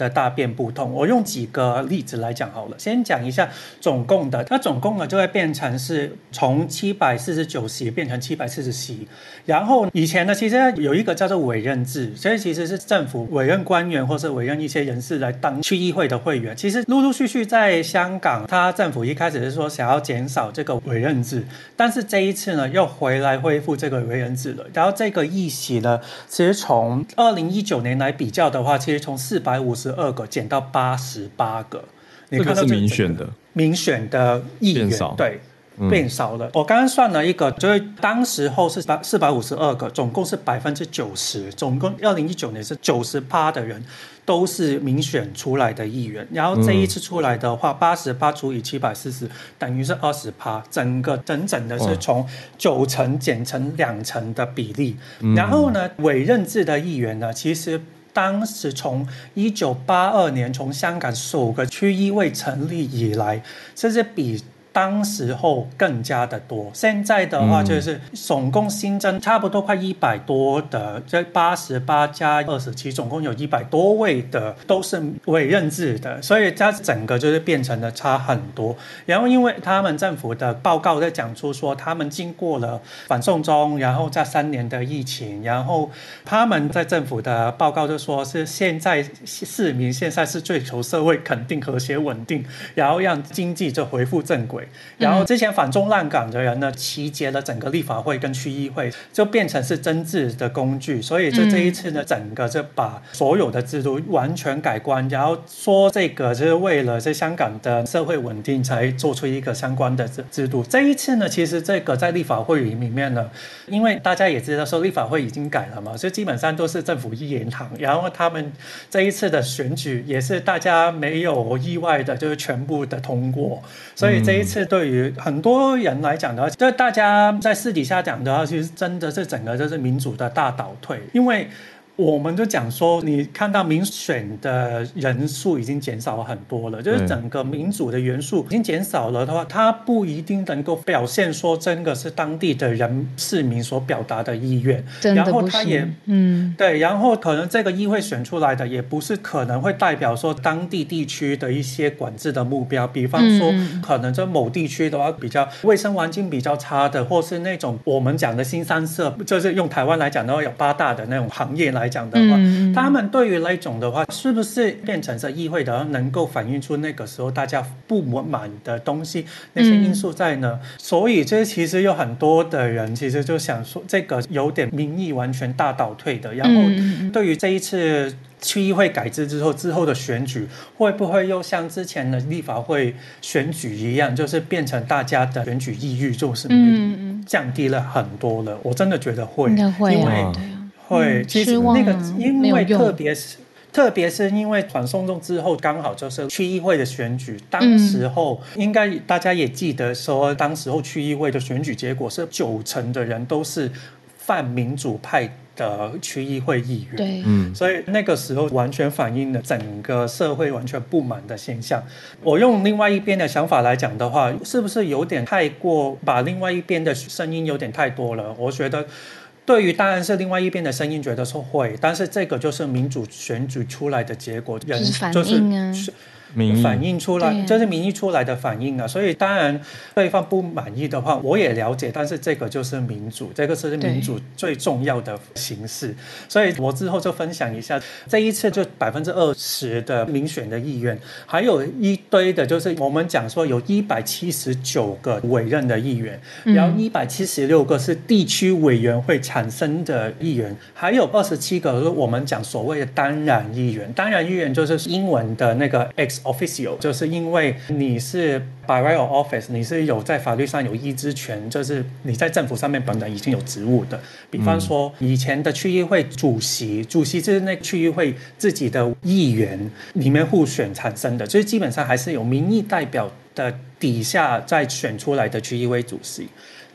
的大变不同。我用几个例子来讲好了，先讲一下总共的，它总共呢就会变成是从七百四十九席变成七百四十席。然后以前呢，其实有一个叫做委任制，所以其实是政府委任官员或是委任一些人士来当区议会的会员。其实陆陆续续在香港，他政府一开始是说想要减少这个委任制，但是这一次呢又回来恢复这个委任制了。然后这个议席呢，其实从二零一九年来比较的话，其实从四百五十二个减到八十八个。你看到这个是民选的， 民选的议员对。变少了、嗯、我刚刚算了一个，就是当时候是四百五十二个，总共是百分之九十，总共二零一九年是九十趴的人都是民选出来的议员，然后这一次出来的话，八十八除以七百四十，等于是二十趴，整个整整的是从九成减成两成的比例、嗯。然后呢，委任制的议员呢，其实当时从一九八二年从香港首个区议会成立以来，这是比当时候更加的多，现在的话就是总共新增差不多快一百多的，这八十八加二十七，总共有一百多位的都是委任制的，所以它整个就是变成了差很多。然后因为他们政府的报告在讲出说，他们经过了反送中，然后这三年的疫情，然后他们在政府的报告就说是现在市民现在是追求社会肯定、和谐稳定，然后让经济就恢复正轨。然后之前反中乱港的人呢，集结了整个立法会跟区议会，就变成是政治的工具。所以就这一次呢，整个就把所有的制度完全改观，然后说这个就是为了在香港的社会稳定才做出一个相关的制度。这一次呢，其实这个在立法会里面呢，因为大家也知道说立法会已经改了嘛，所以基本上都是政府一言堂。然后他们这一次的选举也是大家没有意外的，就是全部的通过。所以这一次对于很多人来讲的话，就大家在私底下讲的话，其实真的是整个就是民主的大倒退。因为我们就讲说，你看到民选的人数已经减少了很多了，就是整个民主的元素已经减少了的话，它不一定能够表现说真的是当地的人市民所表达的意愿， 真的不是， 然后他也嗯对，然后可能这个议会选出来的也不是可能会代表说当地地区的一些管制的目标，比方说、嗯、可能在某地区的话比较卫生环境比较差的，或是那种我们讲的新三社，就是用台湾来讲的话有八大的那种行业来讲的话、嗯、他们对于那种的话是不是变成是议会的能够反映出那个时候大家不满的东西，那些因素在呢、嗯、所以这其实有很多的人其实就想说这个有点民意完全大倒退的。然后对于这一次区议会改制之后之后的选举，会不会又像之前的立法会选举一样，就是变成大家的选举意欲就是降低了很多了？我真的觉得会， 应该会、啊、 因为会、嗯、其实那个因为特别是特别是因为反送中之后刚好就是区议会的选举，当时候、嗯、应该大家也记得说当时候区议会的选举结果是九成的人都是泛民主派的区议会议员， 对， 所以那个时候完全反映了整个社会完全不满的现象。我用另外一边的想法来讲的话，是不是有点太过把另外一边的声音有点太多了？我觉得对于当然是另外一边的声音觉得说会，但是这个就是民主选举出来的结果，人就是反应啊， 就是反映出来，就是民意出来的反应啊。所以当然对方不满意的话我也了解，但是这个就是民主，这个是民主最重要的形式。所以我之后就分享一下，这一次就百分之二十的民选的议员，还有一堆的就是我们讲说有一百七十九个委任的议员、嗯、然后一百七十六个是地区委员会产生的议员，还有二十七个是我们讲所谓的当然议员。当然议员就是英文的那个 ex officio， 就是因为你是 by right of office， 你是有在法律上有依之权，就是你在政府上面本来已经有职务的。比方说以前的区议会主席，主席就是那区议会自己的议员里面互选产生的，就是基本上还是有民意代表的底下再选出来的区议会主席。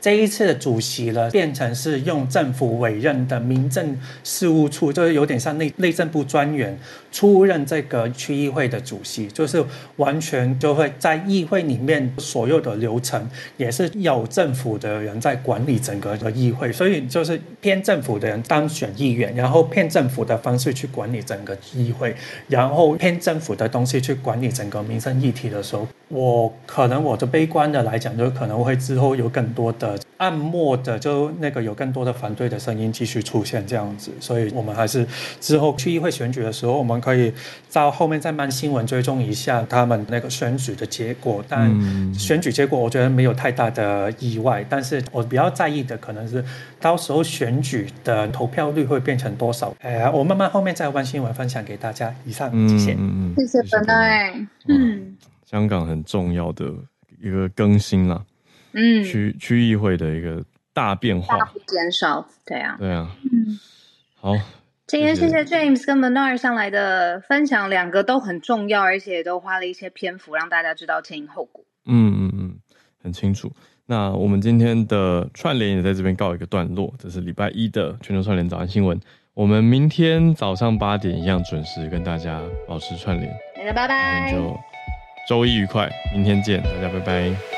这一次的主席呢，变成是用政府委任的民政事务处，就是有点像内内政部专员出任这个区议会的主席，就是完全就会在议会里面所有的流程也是有政府的人在管理整个的议会，所以就是偏政府的人当选议员，然后偏政府的方式去管理整个议会，然后偏政府的东西去管理整个民生议题的时候，我可能我的悲观的来讲，就可能会之后有更多的暗默的，就那个有更多的反对的声音继续出现这样子，所以我们还是之后区议会选举的时候，我们可以到后面再慢新闻追踪一下他们那个选举的结果，但选举结果我觉得没有太大的意外，但是我比较在意的可能是到时候选举的投票率会变成多少。呃，我慢慢后面再慢新闻分享给大家。以上，谢谢。 嗯嗯、 谢谢本来。嗯， 香港很重要的一个更新啦，嗯，区区议会的一个大变化， 大幅减少，对啊， 对啊，嗯，好。 今天谢谢 James 跟 Bernard 上来的分享，两个都很重要，而且都花了一些篇幅让大家知道前因后果。 嗯嗯嗯，很清楚。那我们今天的串联也在这边告一个段落，这是礼拜一的全球串联早安新闻。我们明天早上八点一样准时跟大家保持串联。 大家拜拜， 就周一愉快，明天见，大家拜拜。